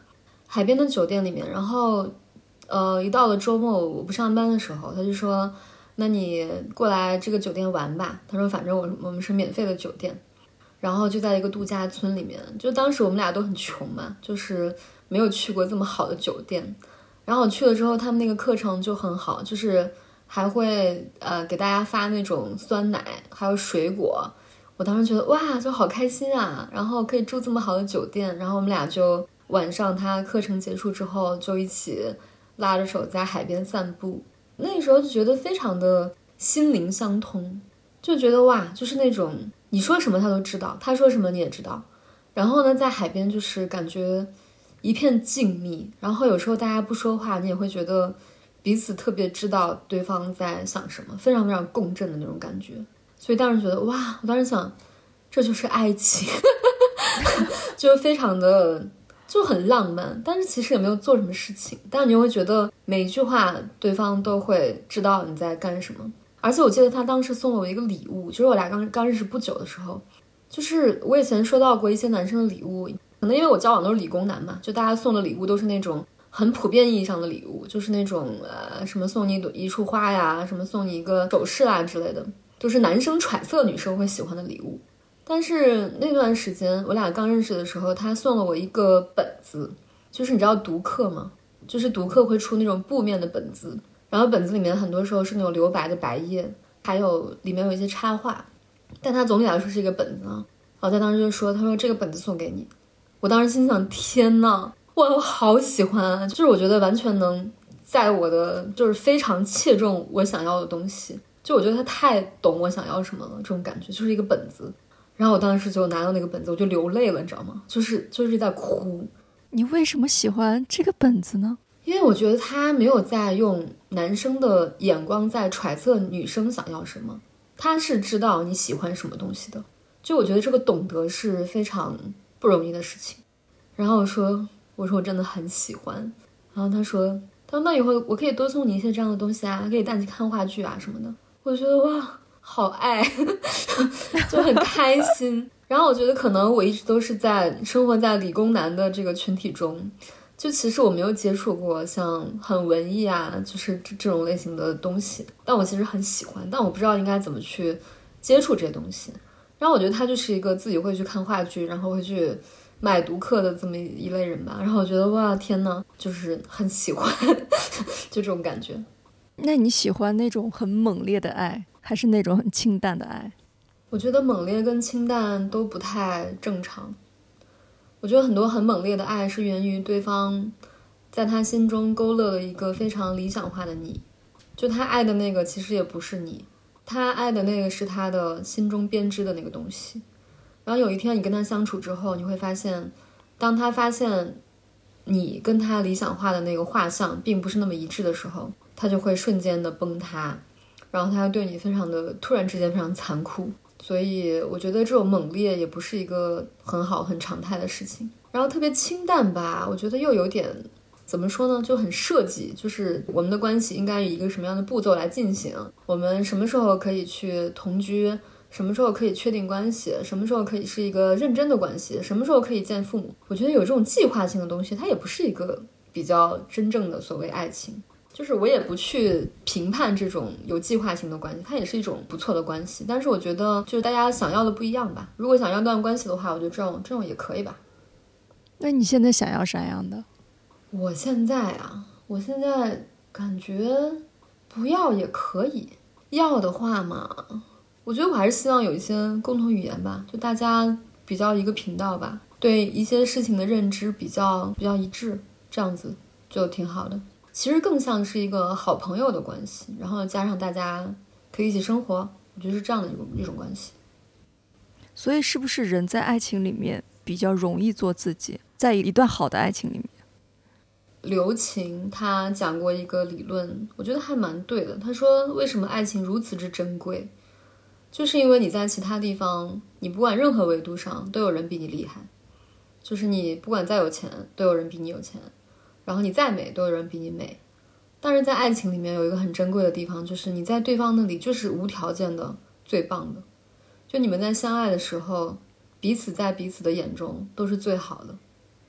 B: 海边的酒店里面，然后一到了周末我不上班的时候，他就说那你过来这个酒店玩吧，他说反正我们是免费的酒店，然后就在一个度假村里面，就当时我们俩都很穷嘛，就是没有去过这么好的酒店，然后我去了之后他们那个课程就很好，就是还会给大家发那种酸奶还有水果，我当时觉得哇就好开心啊，然后可以住这么好的酒店，然后我们俩就晚上他课程结束之后就一起拉着手在海边散步，那个时候就觉得非常的心灵相通，就觉得哇就是那种你说什么他都知道，他说什么你也知道，然后呢在海边就是感觉一片静谧，然后有时候大家不说话你也会觉得彼此特别知道对方在想什么，非常非常共振的那种感觉，所以当时觉得哇，我当时想这就是爱情就非常的就很浪漫，但是其实也没有做什么事情，但是你会觉得每一句话对方都会知道你在干什么。而且我记得他当时送了我一个礼物，就是我俩刚认识不久的时候，就是我以前收到过一些男生的礼物，可能因为我交往都是理工男嘛，就大家送的礼物都是那种很普遍意义上的礼物，就是那种什么送你一束花呀，什么送你一个首饰啊之类的，就是男生揣测女生会喜欢的礼物。但是那段时间我俩刚认识的时候，他送了我一个本子，就是你知道读客吗？就是读客会出那种布面的本子，然后本子里面很多时候是那种留白的白页，还有里面有一些插画，但它总体来说是一个本子啊。然后他当时就说，他说这个本子送给你，我当时心想天哪，我好喜欢啊，就是我觉得完全能在我的就是非常切中我想要的东西，就我觉得他太懂我想要什么了，这种感觉就是一个本子。然后我当时就拿到那个本子我就流泪了，你知道吗？就是在哭。
C: 你为什么喜欢这个本子呢？
B: 因为我觉得他没有在用男生的眼光在揣测女生想要什么，他是知道你喜欢什么东西的，就我觉得这个懂得是非常不容易的事情。然后我说我真的很喜欢，然后他说那以后我可以多送你一些这样的东西啊，可以带你去看话剧啊什么的。我觉得哇好爱就很开心。然后我觉得可能我一直都是在生活在理工男的这个群体中，就其实我没有接触过像很文艺啊就是这种类型的东西，但我其实很喜欢，但我不知道应该怎么去接触这些东西。然后我觉得他就是一个自己会去看话剧然后会去买读客的这么一类人吧，然后我觉得哇天哪，就是很喜欢就这种感觉。
C: 那你喜欢那种很猛烈的爱，还是那种很清淡的爱？
B: 我觉得猛烈跟清淡都不太正常。我觉得很多很猛烈的爱是源于对方在他心中勾勒了一个非常理想化的你，就他爱的那个其实也不是你，他爱的那个是他的心中编织的那个东西。然后有一天你跟他相处之后，你会发现当他发现你跟他理想化的那个画像并不是那么一致的时候，他就会瞬间的崩塌，然后他对你非常的突然之间非常残酷。所以我觉得这种猛烈也不是一个很好很常态的事情。然后特别清淡吧，我觉得又有点怎么说呢，就很设计，就是我们的关系应该以一个什么样的步骤来进行，我们什么时候可以去同居，什么时候可以确定关系，什么时候可以是一个认真的关系，什么时候可以见父母。我觉得有这种计划性的东西，它也不是一个比较真正的所谓爱情。就是我也不去评判这种有计划性的关系，它也是一种不错的关系，但是我觉得就是大家想要的不一样吧。如果想要段关系的话，我觉得这种也可以吧。
C: 那你现在想要啥样的？
B: 我现在感觉不要也可以，要的话嘛，我觉得我还是希望有一些共同语言吧，就大家比较一个频道吧，对一些事情的认知比较一致，这样子就挺好的。其实更像是一个好朋友的关系，然后加上大家可以一起生活，我觉得是这样的一种关系。
C: 所以是不是人在爱情里面比较容易做自己，在一段好的爱情里面？
B: 刘擎他讲过一个理论，我觉得还蛮对的。他说为什么爱情如此之珍贵，就是因为你在其他地方，你不管任何维度上都有人比你厉害，就是你不管再有钱都有人比你有钱，然后你再美都有人比你美。但是在爱情里面有一个很珍贵的地方，就是你在对方那里就是无条件的最棒的，就你们在相爱的时候，彼此在彼此的眼中都是最好的。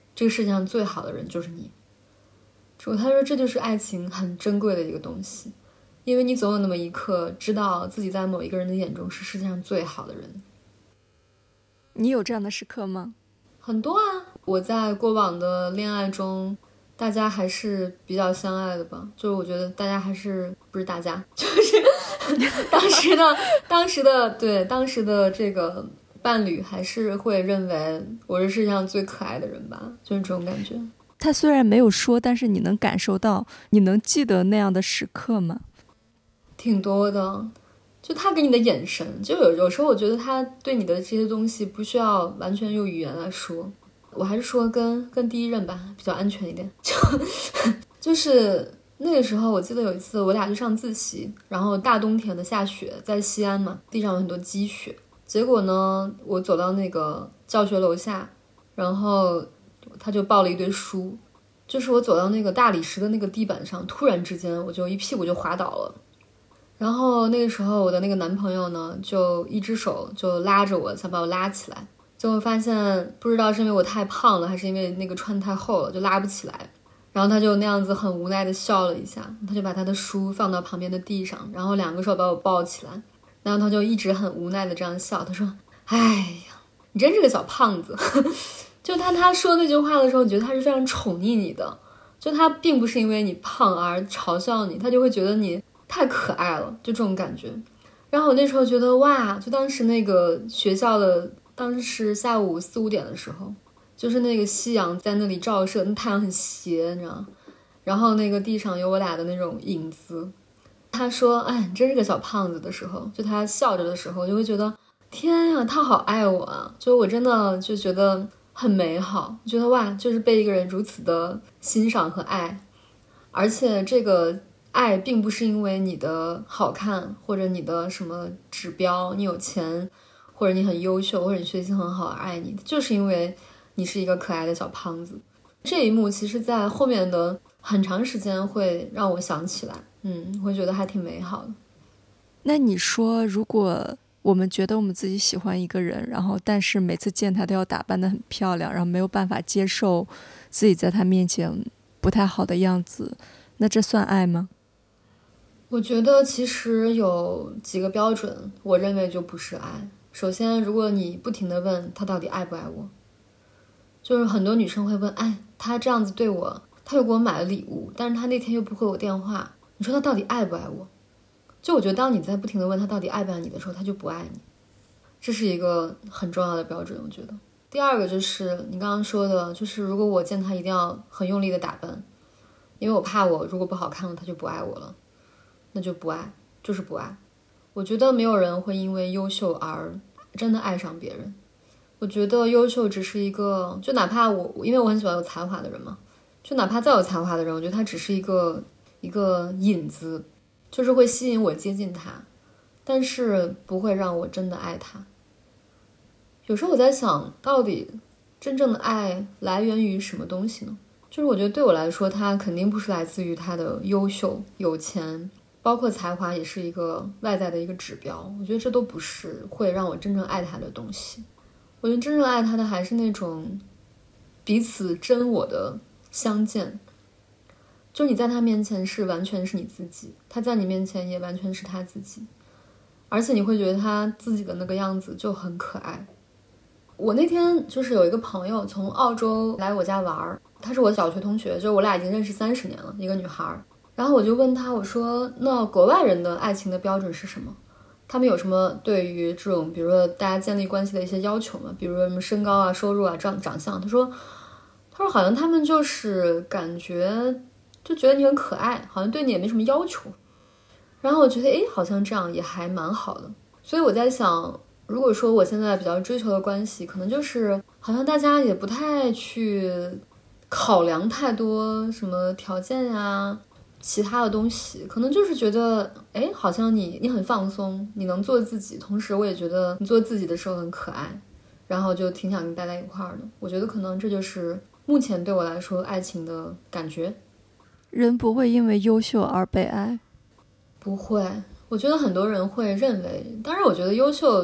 B: 这个世界上最好的人就是你。他说这就是爱情很珍贵的一个东西，因为你总有那么一刻知道自己在某一个人的眼中是世界上最好的人。
C: 你有这样的时刻吗？
B: 很多啊，我在过往的恋爱中，大家还是比较相爱的吧，就是我觉得大家还是不是大家，就是当时的这个伴侣还是会认为我是世界上最可爱的人吧，就是这种感觉。
C: 他虽然没有说，但是你能感受到，你能记得那样的时刻吗？
B: 挺多的，就他给你的眼神，就有时候我觉得他对你的这些东西不需要完全用语言来说，我还是说跟第一任吧比较安全一点。就是那个时候我记得有一次我俩去上自习，然后大冬天的下雪，在西安嘛，地上有很多积雪，结果呢我走到那个教学楼下，然后他就抱了一堆书，就是我走到那个大理石的那个地板上，突然之间我就一屁股就滑倒了。然后那个时候我的那个男朋友呢，就一只手就拉着我，想把我拉起来，结果发现不知道是因为我太胖了，还是因为那个穿太厚了，就拉不起来。然后他就那样子很无奈的笑了一下，他就把他的书放到旁边的地上，然后两个手把我抱起来，然后他就一直很无奈的这样笑，他说：“哎呀，你真是个小胖子。”就他说那句话的时候，你觉得他是非常宠溺你的，就他并不是因为你胖而嘲笑你，他就会觉得你太可爱了，就这种感觉。然后我那时候觉得哇，就当时那个学校的，当时是下午4、5点的时候，就是那个夕阳在那里照射，那太阳很斜，你知道吗？然后那个地上有我俩的那种影子。他说：“哎，你真是个小胖子”的时候，就他笑着的时候，我就会觉得天呀，他好爱我啊！就我真的就觉得很美好，觉得哇，就是被一个人如此的欣赏和爱，而且这个爱并不是因为你的好看或者你的什么指标，你有钱或者你很优秀或者你学习很好而爱你，就是因为你是一个可爱的小胖子。这一幕其实在后面的很长时间会让我想起来，我会觉得还挺美好的。
C: 那你说，如果我们觉得我们自己喜欢一个人，然后但是每次见他都要打扮得很漂亮，然后没有办法接受自己在他面前不太好的样子，那这算爱吗？
B: 我觉得其实有几个标准，我认为就不是爱。首先，如果你不停地问他到底爱不爱我，就是很多女生会问，哎，他这样子对我，他又给我买了礼物，但是他那天又不回我电话，你说他到底爱不爱我？就我觉得当你在不停地问他到底爱不爱你的时候，他就不爱你，这是一个很重要的标准，我觉得。第二个就是你刚刚说的，就是如果我见他一定要很用力的打扮，因为我怕我如果不好看了他就不爱我了，那就不爱，就是不爱。我觉得没有人会因为优秀而真的爱上别人。我觉得优秀只是一个，就哪怕我因为我很喜欢有才华的人嘛，就哪怕再有才华的人，我觉得他只是一个引子，就是会吸引我接近他，但是不会让我真的爱他。有时候我在想，到底真正的爱来源于什么东西呢？就是我觉得对我来说，他肯定不是来自于他的优秀、有钱，包括才华也是一个外在的一个指标。我觉得这都不是会让我真正爱他的东西。我觉得真正爱他的还是那种彼此真我的相见，就是你在他面前是完全是你自己，他在你面前也完全是他自己，而且你会觉得他自己的那个样子就很可爱。我那天就是有一个朋友从澳洲来我家玩，她是我小学同学，就是我俩已经认识30年了，一个女孩。然后我就问她，我说那国外人的爱情的标准是什么？他们有什么对于这种比如说大家建立关系的一些要求吗？比如说什么身高啊、收入啊、长相。他说好像他们就是感觉就觉得你很可爱，好像对你也没什么要求。然后我觉得好像这样也还蛮好的。所以我在想，如果说我现在比较追求的关系，可能就是好像大家也不太去考量太多什么条件呀、其他的东西，可能就是觉得好像你很放松，你能做自己，同时我也觉得你做自己的时候很可爱，然后就挺想跟大家一块儿的。我觉得可能这就是目前对我来说爱情的感觉。
C: 人不会因为优秀而被爱？
B: 不会，我觉得很多人会认为，当然我觉得优秀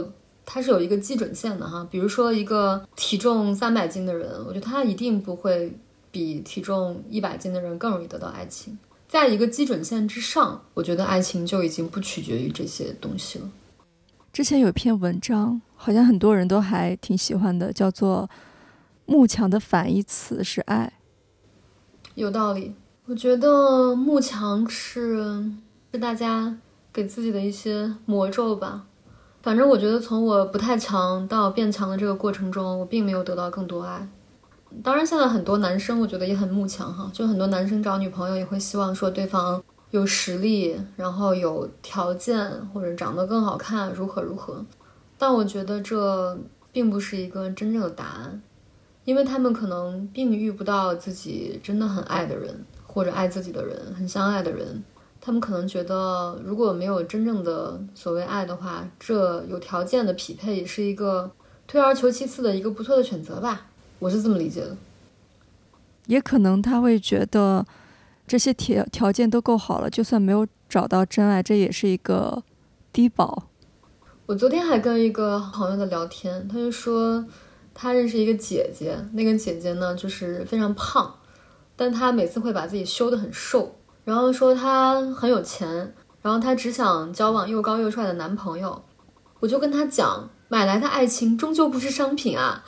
B: 它是有一个基准线的哈。比如说一个体重300斤的人，我觉得他一定不会比体重100斤的人更容易得到爱情。在一个基准线之上，我觉得爱情就已经不取决于这些东西了。
C: 之前有一篇文章，好像很多人都还挺喜欢的，叫做慕强的反义词是爱。
B: 有道理，我觉得慕强是大家给自己的一些魔咒吧。反正我觉得从我不太强到变强的这个过程中，我并没有得到更多爱。当然现在很多男生我觉得也很慕强哈，就很多男生找女朋友也会希望说对方有实力，然后有条件，或者长得更好看，如何如何。但我觉得这并不是一个真正的答案，因为他们可能并遇不到自己真的很爱的人，或者爱自己的人，很相爱的人。他们可能觉得如果没有真正的所谓爱的话，这有条件的匹配也是一个退而求其次的一个不错的选择吧，我是这么理解的。
C: 也可能他会觉得这些条件都够好了，就算没有找到真爱，这也是一个低保。
B: 我昨天还跟一个朋友在聊天，他就说他认识一个姐姐，那个姐姐呢就是非常胖，但她每次会把自己修得很瘦，然后说她很有钱，然后她只想交往又高又帅的男朋友。我就跟她讲，买来的爱情终究不是商品啊。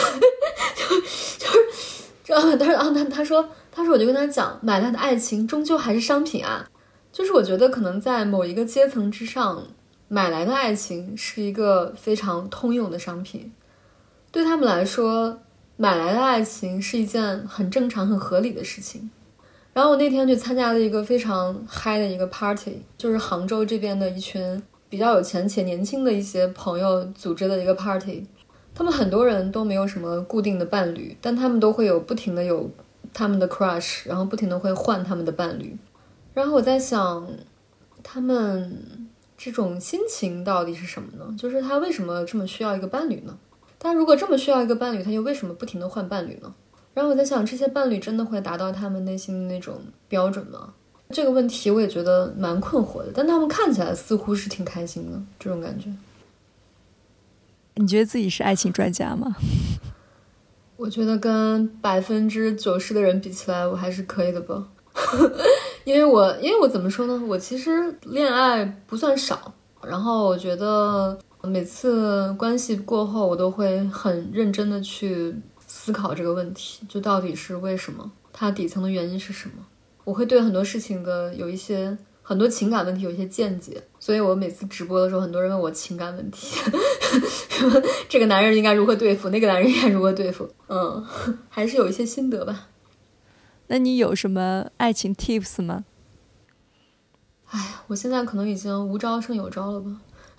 B: 他说我就跟他讲，买来的爱情终究还是商品啊。就是我觉得可能在某一个阶层之上，买来的爱情是一个非常通用的商品，对他们来说，买来的爱情是一件很正常很合理的事情。然后我那天去参加了一个非常嗨的一个 party， 就是杭州这边的一群比较有钱且年轻的一些朋友组织的一个 party。他们很多人都没有什么固定的伴侣，但他们都会不停的有他们的 crush， 然后不停的会换他们的伴侣。然后我在想，他们这种心情到底是什么呢？就是他为什么这么需要一个伴侣呢？但如果这么需要一个伴侣，他又为什么不停的换伴侣呢？然后我在想，这些伴侣真的会达到他们内心的那种标准吗？这个问题我也觉得蛮困惑的，但他们看起来似乎是挺开心的，这种感觉。
C: 你觉得自己是爱情专家吗？
B: 我觉得跟90%的人比起来，我还是可以的吧。因为我怎么说呢？我其实恋爱不算少，然后我觉得每次关系过后，我都会很认真的去思考这个问题，就到底是为什么，它底层的原因是什么。我会对很多事情的有一些很多情感问题有一些见解，所以我每次直播的时候，很多人问我情感问题，这个男人应该如何对付，那个男人应该如何对付，还是有一些心得吧。
C: 那你有什么爱情 tips 吗？
B: 哎呀，我现在可能已经无招胜有招了吧。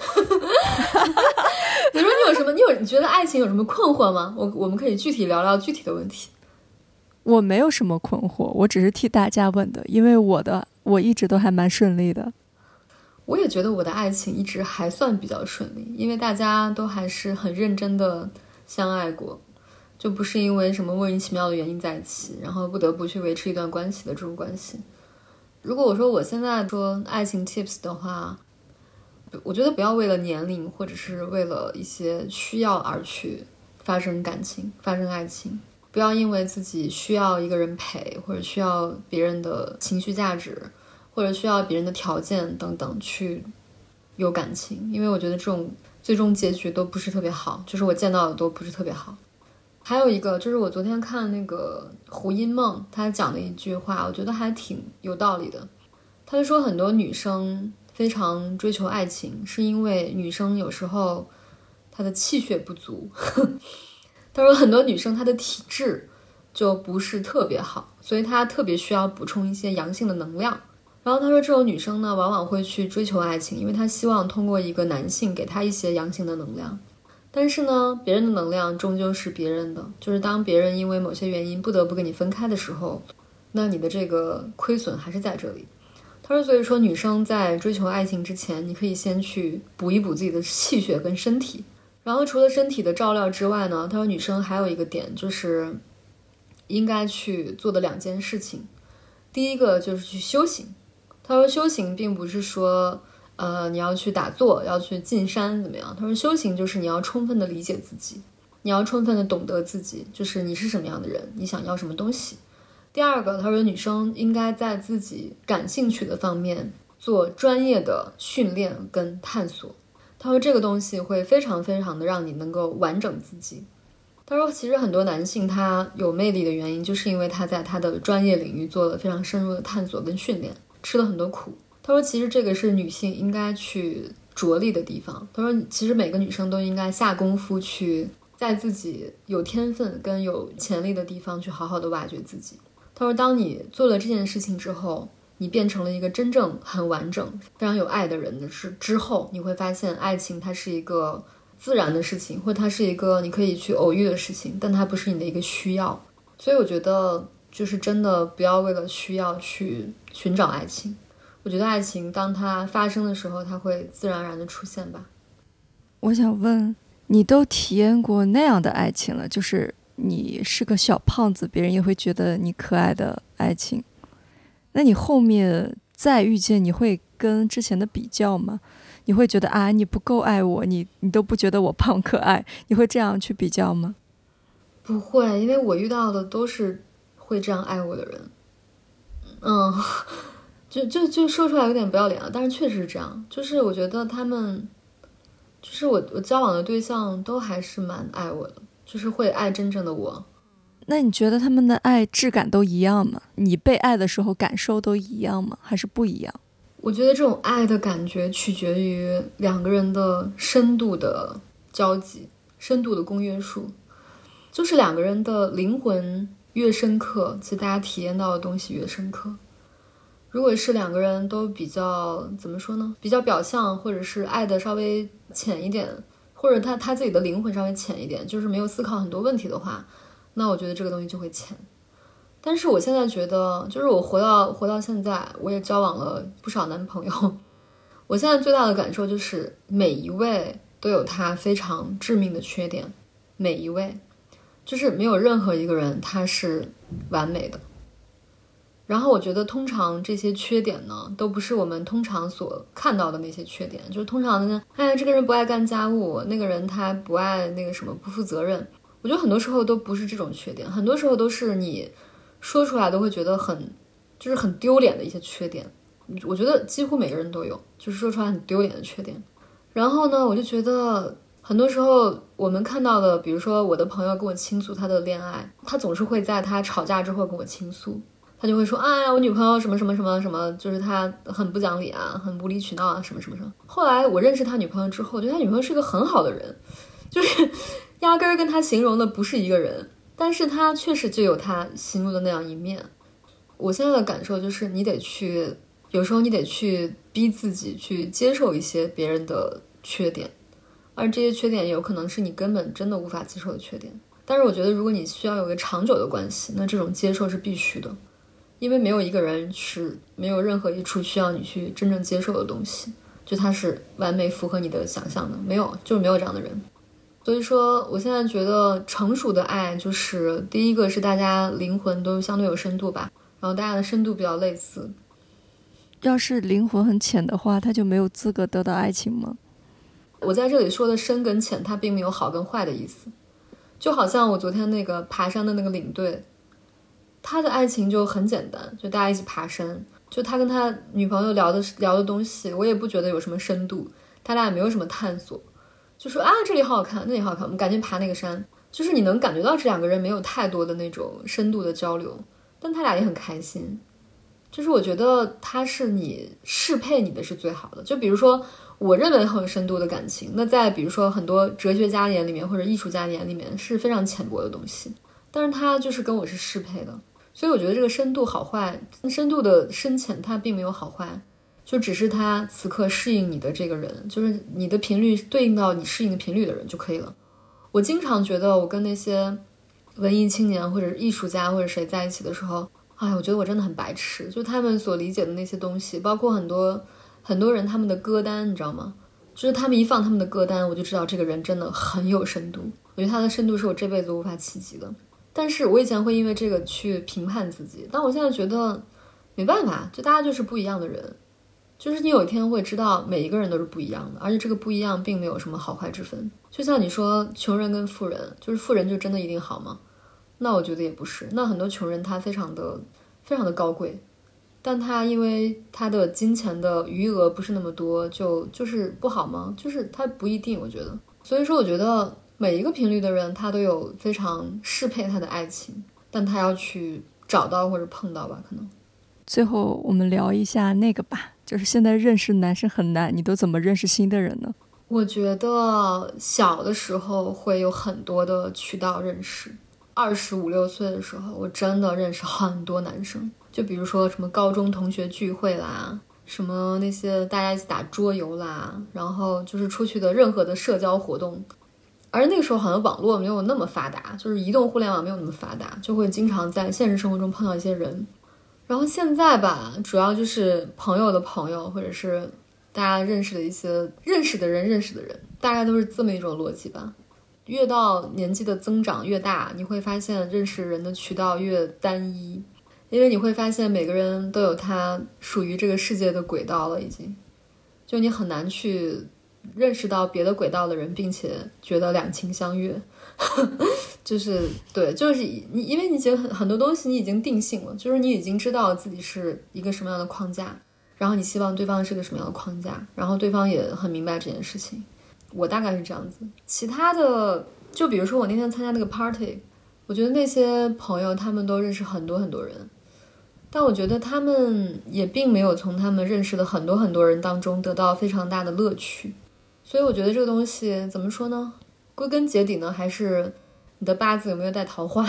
B: 比如说你有什么，你觉得爱情有什么困惑吗？我们可以具体聊聊具体的问题。
C: 我没有什么困惑，我只是替大家问的，因为我一直都还蛮顺利的。
B: 我也觉得我的爱情一直还算比较顺利，因为大家都还是很认真的相爱过，就不是因为什么莫名其妙的原因在一起，然后不得不去维持一段关系的这种关系。如果我说我现在说爱情 tips 的话，我觉得不要为了年龄或者是为了一些需要而去发生感情发生爱情，不要因为自己需要一个人陪，或者需要别人的情绪价值，或者需要别人的条件等等去有感情，因为我觉得这种最终结局都不是特别好，就是我见到的都不是特别好。还有一个就是我昨天看那个胡因梦，他讲的一句话，我觉得还挺有道理的。他就说很多女生非常追求爱情，是因为女生有时候她的气血不足。他说很多女生她的体质就不是特别好，所以她特别需要补充一些阳性的能量。然后他说这种女生呢往往会去追求爱情，因为她希望通过一个男性给她一些阳性的能量。但是呢，别人的能量终究是别人的，就是当别人因为某些原因不得不跟你分开的时候，那你的这个亏损还是在这里。他说所以说女生在追求爱情之前，你可以先去补一补自己的气血跟身体。然后除了身体的照料之外呢，他说女生还有一个点就是应该去做的2件事情。第一个就是去修行。他说修行并不是说你要去打坐，要去进山怎么样。他说修行就是你要充分的理解自己，你要充分的懂得自己，就是你是什么样的人，你想要什么东西。第二个，他说女生应该在自己感兴趣的方面做专业的训练跟探索。他说这个东西会非常非常的让你能够完整自己。他说其实很多男性他有魅力的原因，就是因为他在他的专业领域做了非常深入的探索跟训练，吃了很多苦。他说其实这个是女性应该去着力的地方。他说其实每个女生都应该下功夫去在自己有天分跟有潜力的地方去好好的挖掘自己。他说当你做了这件事情之后，你变成了一个真正很完整非常有爱的人的之后，你会发现爱情它是一个自然的事情，或它是一个你可以去偶遇的事情，但它不是你的一个需要。所以我觉得就是真的不要为了需要去寻找爱情，我觉得爱情当它发生的时候，它会自然而然的出现吧。
C: 我想问，你都体验过那样的爱情了，就是你是个小胖子，别人也会觉得你可爱的爱情，那你后面再遇见，你会跟之前的比较吗？你会觉得啊，你不够爱我，你都不觉得我胖可爱，你会这样去比较吗？
B: 不会，因为我遇到的都是会这样爱我的人。就说出来有点不要脸了，但是确实是这样。就是我觉得他们，就是我交往的对象都还是蛮爱我的，就是会爱真正的我。
C: 那你觉得他们的爱质感都一样吗？你被爱的时候感受都一样吗？还是不一样？
B: 我觉得这种爱的感觉取决于两个人的深度的交集，深度的公约数。就是两个人的灵魂越深刻，其实大家体验到的东西越深刻。如果是两个人都比较怎么说呢，比较表象，或者是爱的稍微浅一点，或者他自己的灵魂稍微浅一点，就是没有思考很多问题的话，那我觉得这个东西就会浅。但是我现在觉得，就是我活到现在，我也交往了不少男朋友，我现在最大的感受就是每一位都有他非常致命的缺点，每一位，就是没有任何一个人他是完美的。然后我觉得通常这些缺点呢，都不是我们通常所看到的那些缺点，就是通常的这个人不爱干家务，那个人他不爱那个什么，不负责任。我觉得很多时候都不是这种缺点，很多时候都是你说出来都会觉得就是很丢脸的一些缺点。我觉得几乎每个人都有，就是说出来很丢脸的缺点。然后呢，我就觉得很多时候我们看到的，比如说我的朋友跟我倾诉他的恋爱，他总是会在他吵架之后跟我倾诉，他就会说，哎呀，我女朋友什么什么什么什么，就是他很不讲理啊，很无理取闹啊，什么什么什么。后来我认识他女朋友之后，我觉得他女朋友是个很好的人，就是压根儿跟他形容的不是一个人，但是他确实就有他形容的那样一面。我现在的感受就是，有时候你得去逼自己去接受一些别人的缺点，而这些缺点有可能是你根本真的无法接受的缺点。但是我觉得，如果你需要有一个长久的关系，那这种接受是必须的。因为没有一个人是没有任何一处需要你去真正接受的东西，就它是完美符合你的想象的，没有，就是没有这样的人。所以说我现在觉得成熟的爱就是第一个是大家灵魂都相对有深度吧，然后大家的深度比较类似。
C: 要是灵魂很浅的话，他就没有资格得到爱情吗？
B: 我在这里说的深跟浅，它并没有好跟坏的意思。就好像我昨天那个爬山的那个领队，他的爱情就很简单，就大家一起爬山，就他跟他女朋友聊的东西，我也不觉得有什么深度，他俩也没有什么探索，就说啊这里好好看，那里好好看，我们赶紧爬那个山，就是你能感觉到这两个人没有太多的那种深度的交流，但他俩也很开心。就是我觉得他是你适配你的是最好的。就比如说我认为很有深度的感情，那在比如说很多哲学家眼里面或者艺术家眼里面是非常浅薄的东西，但是他就是跟我是适配的。所以我觉得这个深度好坏，深度的深浅它并没有好坏，就只是他此刻适应你的这个人，就是你的频率对应到你适应的频率的人就可以了。我经常觉得我跟那些文艺青年或者艺术家或者谁在一起的时候，我觉得我真的很白痴，就他们所理解的那些东西，包括很多人他们的歌单，你知道吗？就是他们一放他们的歌单，我就知道这个人真的很有深度，我觉得他的深度是我这辈子无法企及的。但是我以前会因为这个去评判自己，但我现在觉得没办法，就大家就是不一样的人， 就是你有一天会知道每一个人都是不一样的，而且这个不一样并没有什么好坏之分。就像你说穷人跟富人，就是富人就真的一定好吗？那我觉得也不是。那很多穷人他非常的高贵，但他因为他的金钱的余额不是那么多，就是不好吗？就是他不一定，我觉得。所以说我觉得每一个频率的人他都有非常适配他的爱情，但他要去找到或者碰到吧，可能。
C: 最后我们聊一下那个吧，就是现在认识男生很难，你都怎么认识新的人呢？
B: 我觉得小的时候会有很多的渠道认识，25、26岁的时候我真的认识很多男生，就比如说什么高中同学聚会啦，什么那些大家一起打桌游啦，然后就是出去的任何的社交活动。而那个时候好像网络没有那么发达，就是移动互联网没有那么发达，就会经常在现实生活中碰到一些人。然后现在吧，主要就是朋友的朋友，或者是大家认识的一些认识的人，大概都是这么一种逻辑吧。越到年纪的增长越大，你会发现认识人的渠道越单一，因为你会发现每个人都有他属于这个世界的轨道了，已经就你很难去认识到别的轨道的人，并且觉得两情相悦。就是对，就是你，因为你已经很多东西你已经定性了，就是你已经知道自己是一个什么样的框架，然后你希望对方是个什么样的框架，然后对方也很明白这件事情。我大概是这样子。其他的就比如说我那天参加那个 party， 我觉得那些朋友他们都认识很多很多人，但我觉得他们也并没有从他们认识的很多人当中得到非常大的乐趣。所以我觉得这个东西怎么说呢，归根结底呢，还是你的八字有没有带桃花。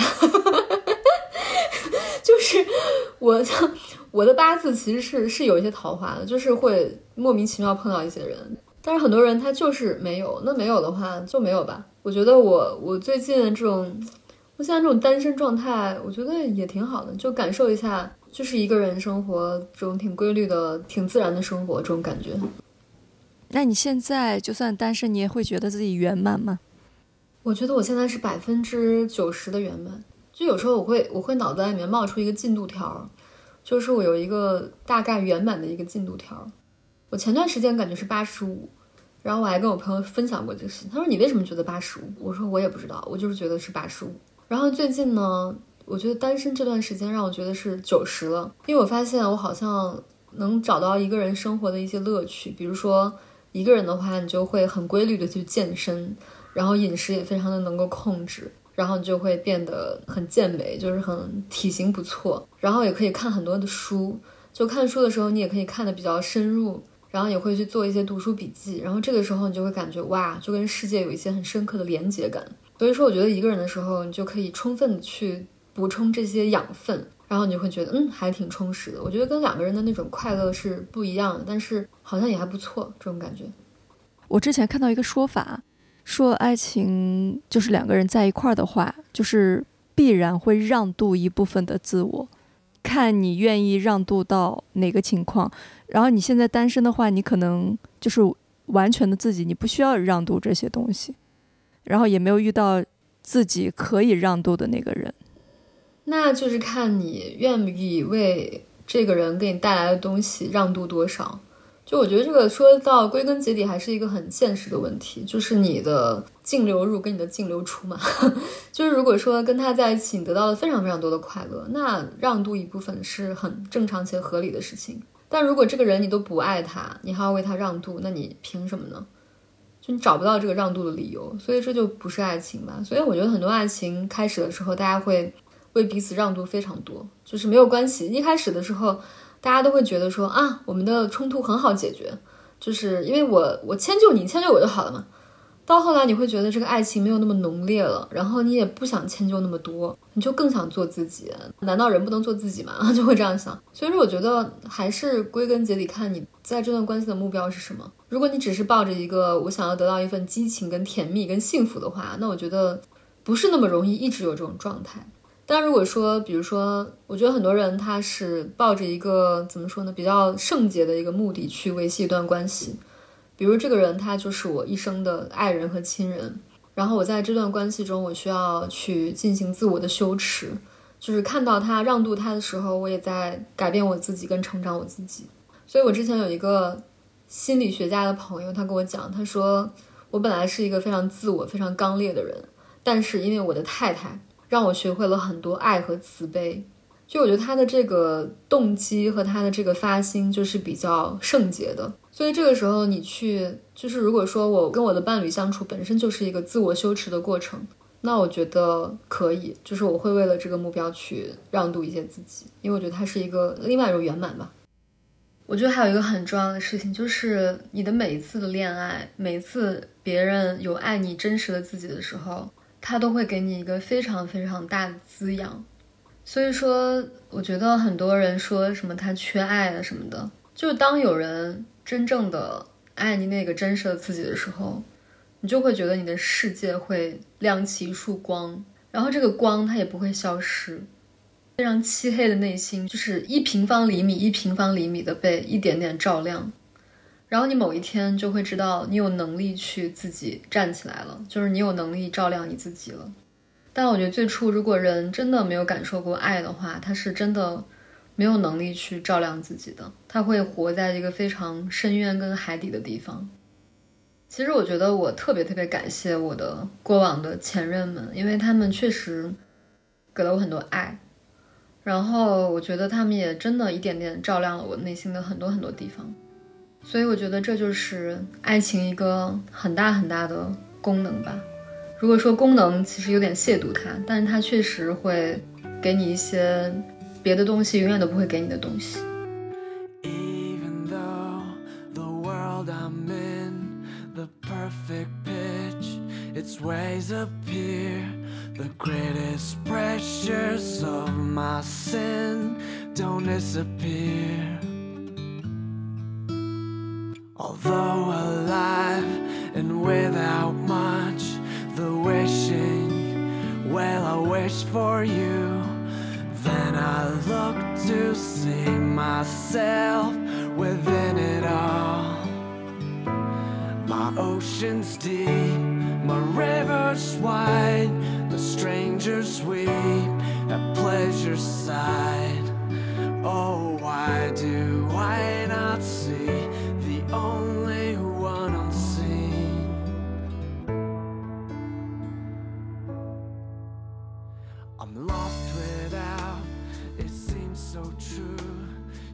B: 就是我的八字其实是有一些桃花的，就是会莫名其妙碰到一些人，但是很多人他就是没有，那没有的话就没有吧。我觉得我最近我现在这种单身状态，我觉得也挺好的，就感受一下就是一个人生活这种挺规律的挺自然的生活这种感觉。
C: 那你现在就算单身，你也会觉得自己圆满吗？
B: 我觉得我现在是90%的圆满。就有时候我会脑袋里面冒出一个进度条，就是我有一个大概圆满的一个进度条。我前段时间感觉是85，然后我还跟我朋友分享过这个事情，他说你为什么觉得85？我说我也不知道，我就是觉得是85。然后最近呢，我觉得单身这段时间让我觉得是90了，因为我发现我好像能找到一个人生活的一些乐趣。比如说一个人的话，你就会很规律的去健身，然后饮食也非常的能够控制，然后你就会变得很健美，就是很体型不错，然后也可以看很多的书，就看书的时候你也可以看得比较深入，然后也会去做一些读书笔记，然后这个时候你就会感觉哇，就跟世界有一些很深刻的连结感。所以说我觉得一个人的时候，你就可以充分的去补充这些养分，然后你就会觉得还挺充实的。我觉得跟两个人的那种快乐是不一样的，但是好像也还不错，这种感觉。
C: 我之前看到一个说法，说爱情就是两个人在一块儿的话，就是必然会让渡一部分的自我，看你愿意让渡到哪个情况。然后你现在单身的话，你可能就是完全的自己，你不需要让渡这些东西，然后也没有遇到自己可以让渡的那个人。
B: 那就是看你愿意为这个人给你带来的东西让渡多少。就我觉得这个说到归根结底还是一个很现实的问题，就是你的净流入跟你的净流出嘛。就是如果说跟他在一起你得到了非常非常多的快乐，那让渡一部分是很正常且合理的事情。但如果这个人你都不爱他，你还要为他让渡，那你凭什么呢？就你找不到这个让渡的理由，所以这就不是爱情吧。所以我觉得很多爱情开始的时候大家会为彼此让渡非常多，就是没有关系。一开始的时候大家都会觉得说我们的冲突很好解决，就是因为我迁就你，迁就我就好了嘛。到后来你会觉得这个爱情没有那么浓烈了，然后你也不想迁就那么多，你就更想做自己。难道人不能做自己吗？就会这样想。所以说我觉得还是归根结底看你在这段关系的目标是什么。如果你只是抱着一个我想要得到一份激情跟甜蜜跟幸福的话，那我觉得不是那么容易一直有这种状态。但如果说比如说我觉得很多人他是抱着一个怎么说呢，比较圣洁的一个目的去维系一段关系，比如这个人他就是我一生的爱人和亲人，然后我在这段关系中我需要去进行自我的修持，就是看到他让渡他的时候，我也在改变我自己跟成长我自己。 所以我之前有一个心理学家的朋友，他跟我讲，他说我本来是一个非常自我、非常刚烈的人，但是因为我的太太让我学会了很多爱和慈悲。就我觉得他的这个动机和他的这个发心就是比较圣洁的，所以这个时候你去，就是如果说我跟我的伴侣相处本身就是一个自我修持的过程，那我觉得可以，就是我会为了这个目标去让渡一些自己，因为我觉得它是一个另外一种圆满吧。我觉得还有一个很重要的事情，就是你的每一次的恋爱，每一次别人有爱你真实的自己的时候，他都会给你一个非常非常大的滋养。所以说我觉得很多人说什么他缺爱啊什么的，就是当有人真正的爱你那个真实的自己的时候，你就会觉得你的世界会亮起一束光，然后这个光它也不会消失，非常漆黑的内心就是1平方厘米1平方厘米的被一点点照亮，然后你某一天就会知道你有能力去自己站起来了，就是你有能力照亮你自己了。但我觉得最初如果人真的没有感受过爱的话，他是真的没有能力去照亮自己的，他会活在一个非常深渊跟海底的地方。其实我觉得我特别特别感谢我的过往的前任们，因为他们确实给了我很多爱，然后我觉得他们也真的一点点照亮了我内心的很多很多地方。所以我觉得这就是爱情一个很大很大的功能吧。如果说功能其实有点亵渎它，但是它确实会给你一些别的东西永远都不会给你的东西。
A: Even though the world I'm in, the perfect pitch, its ways appear, the greatest pressures of my sin don't disappear. Although alive and without much, the wishing, well, I wish for you. Then I look to see myself within it all. My ocean's deep, my river's wide, the strangers weep at pleasure's side. Oh, why do I not see the only one unseen? I'm lost without, it seems so true.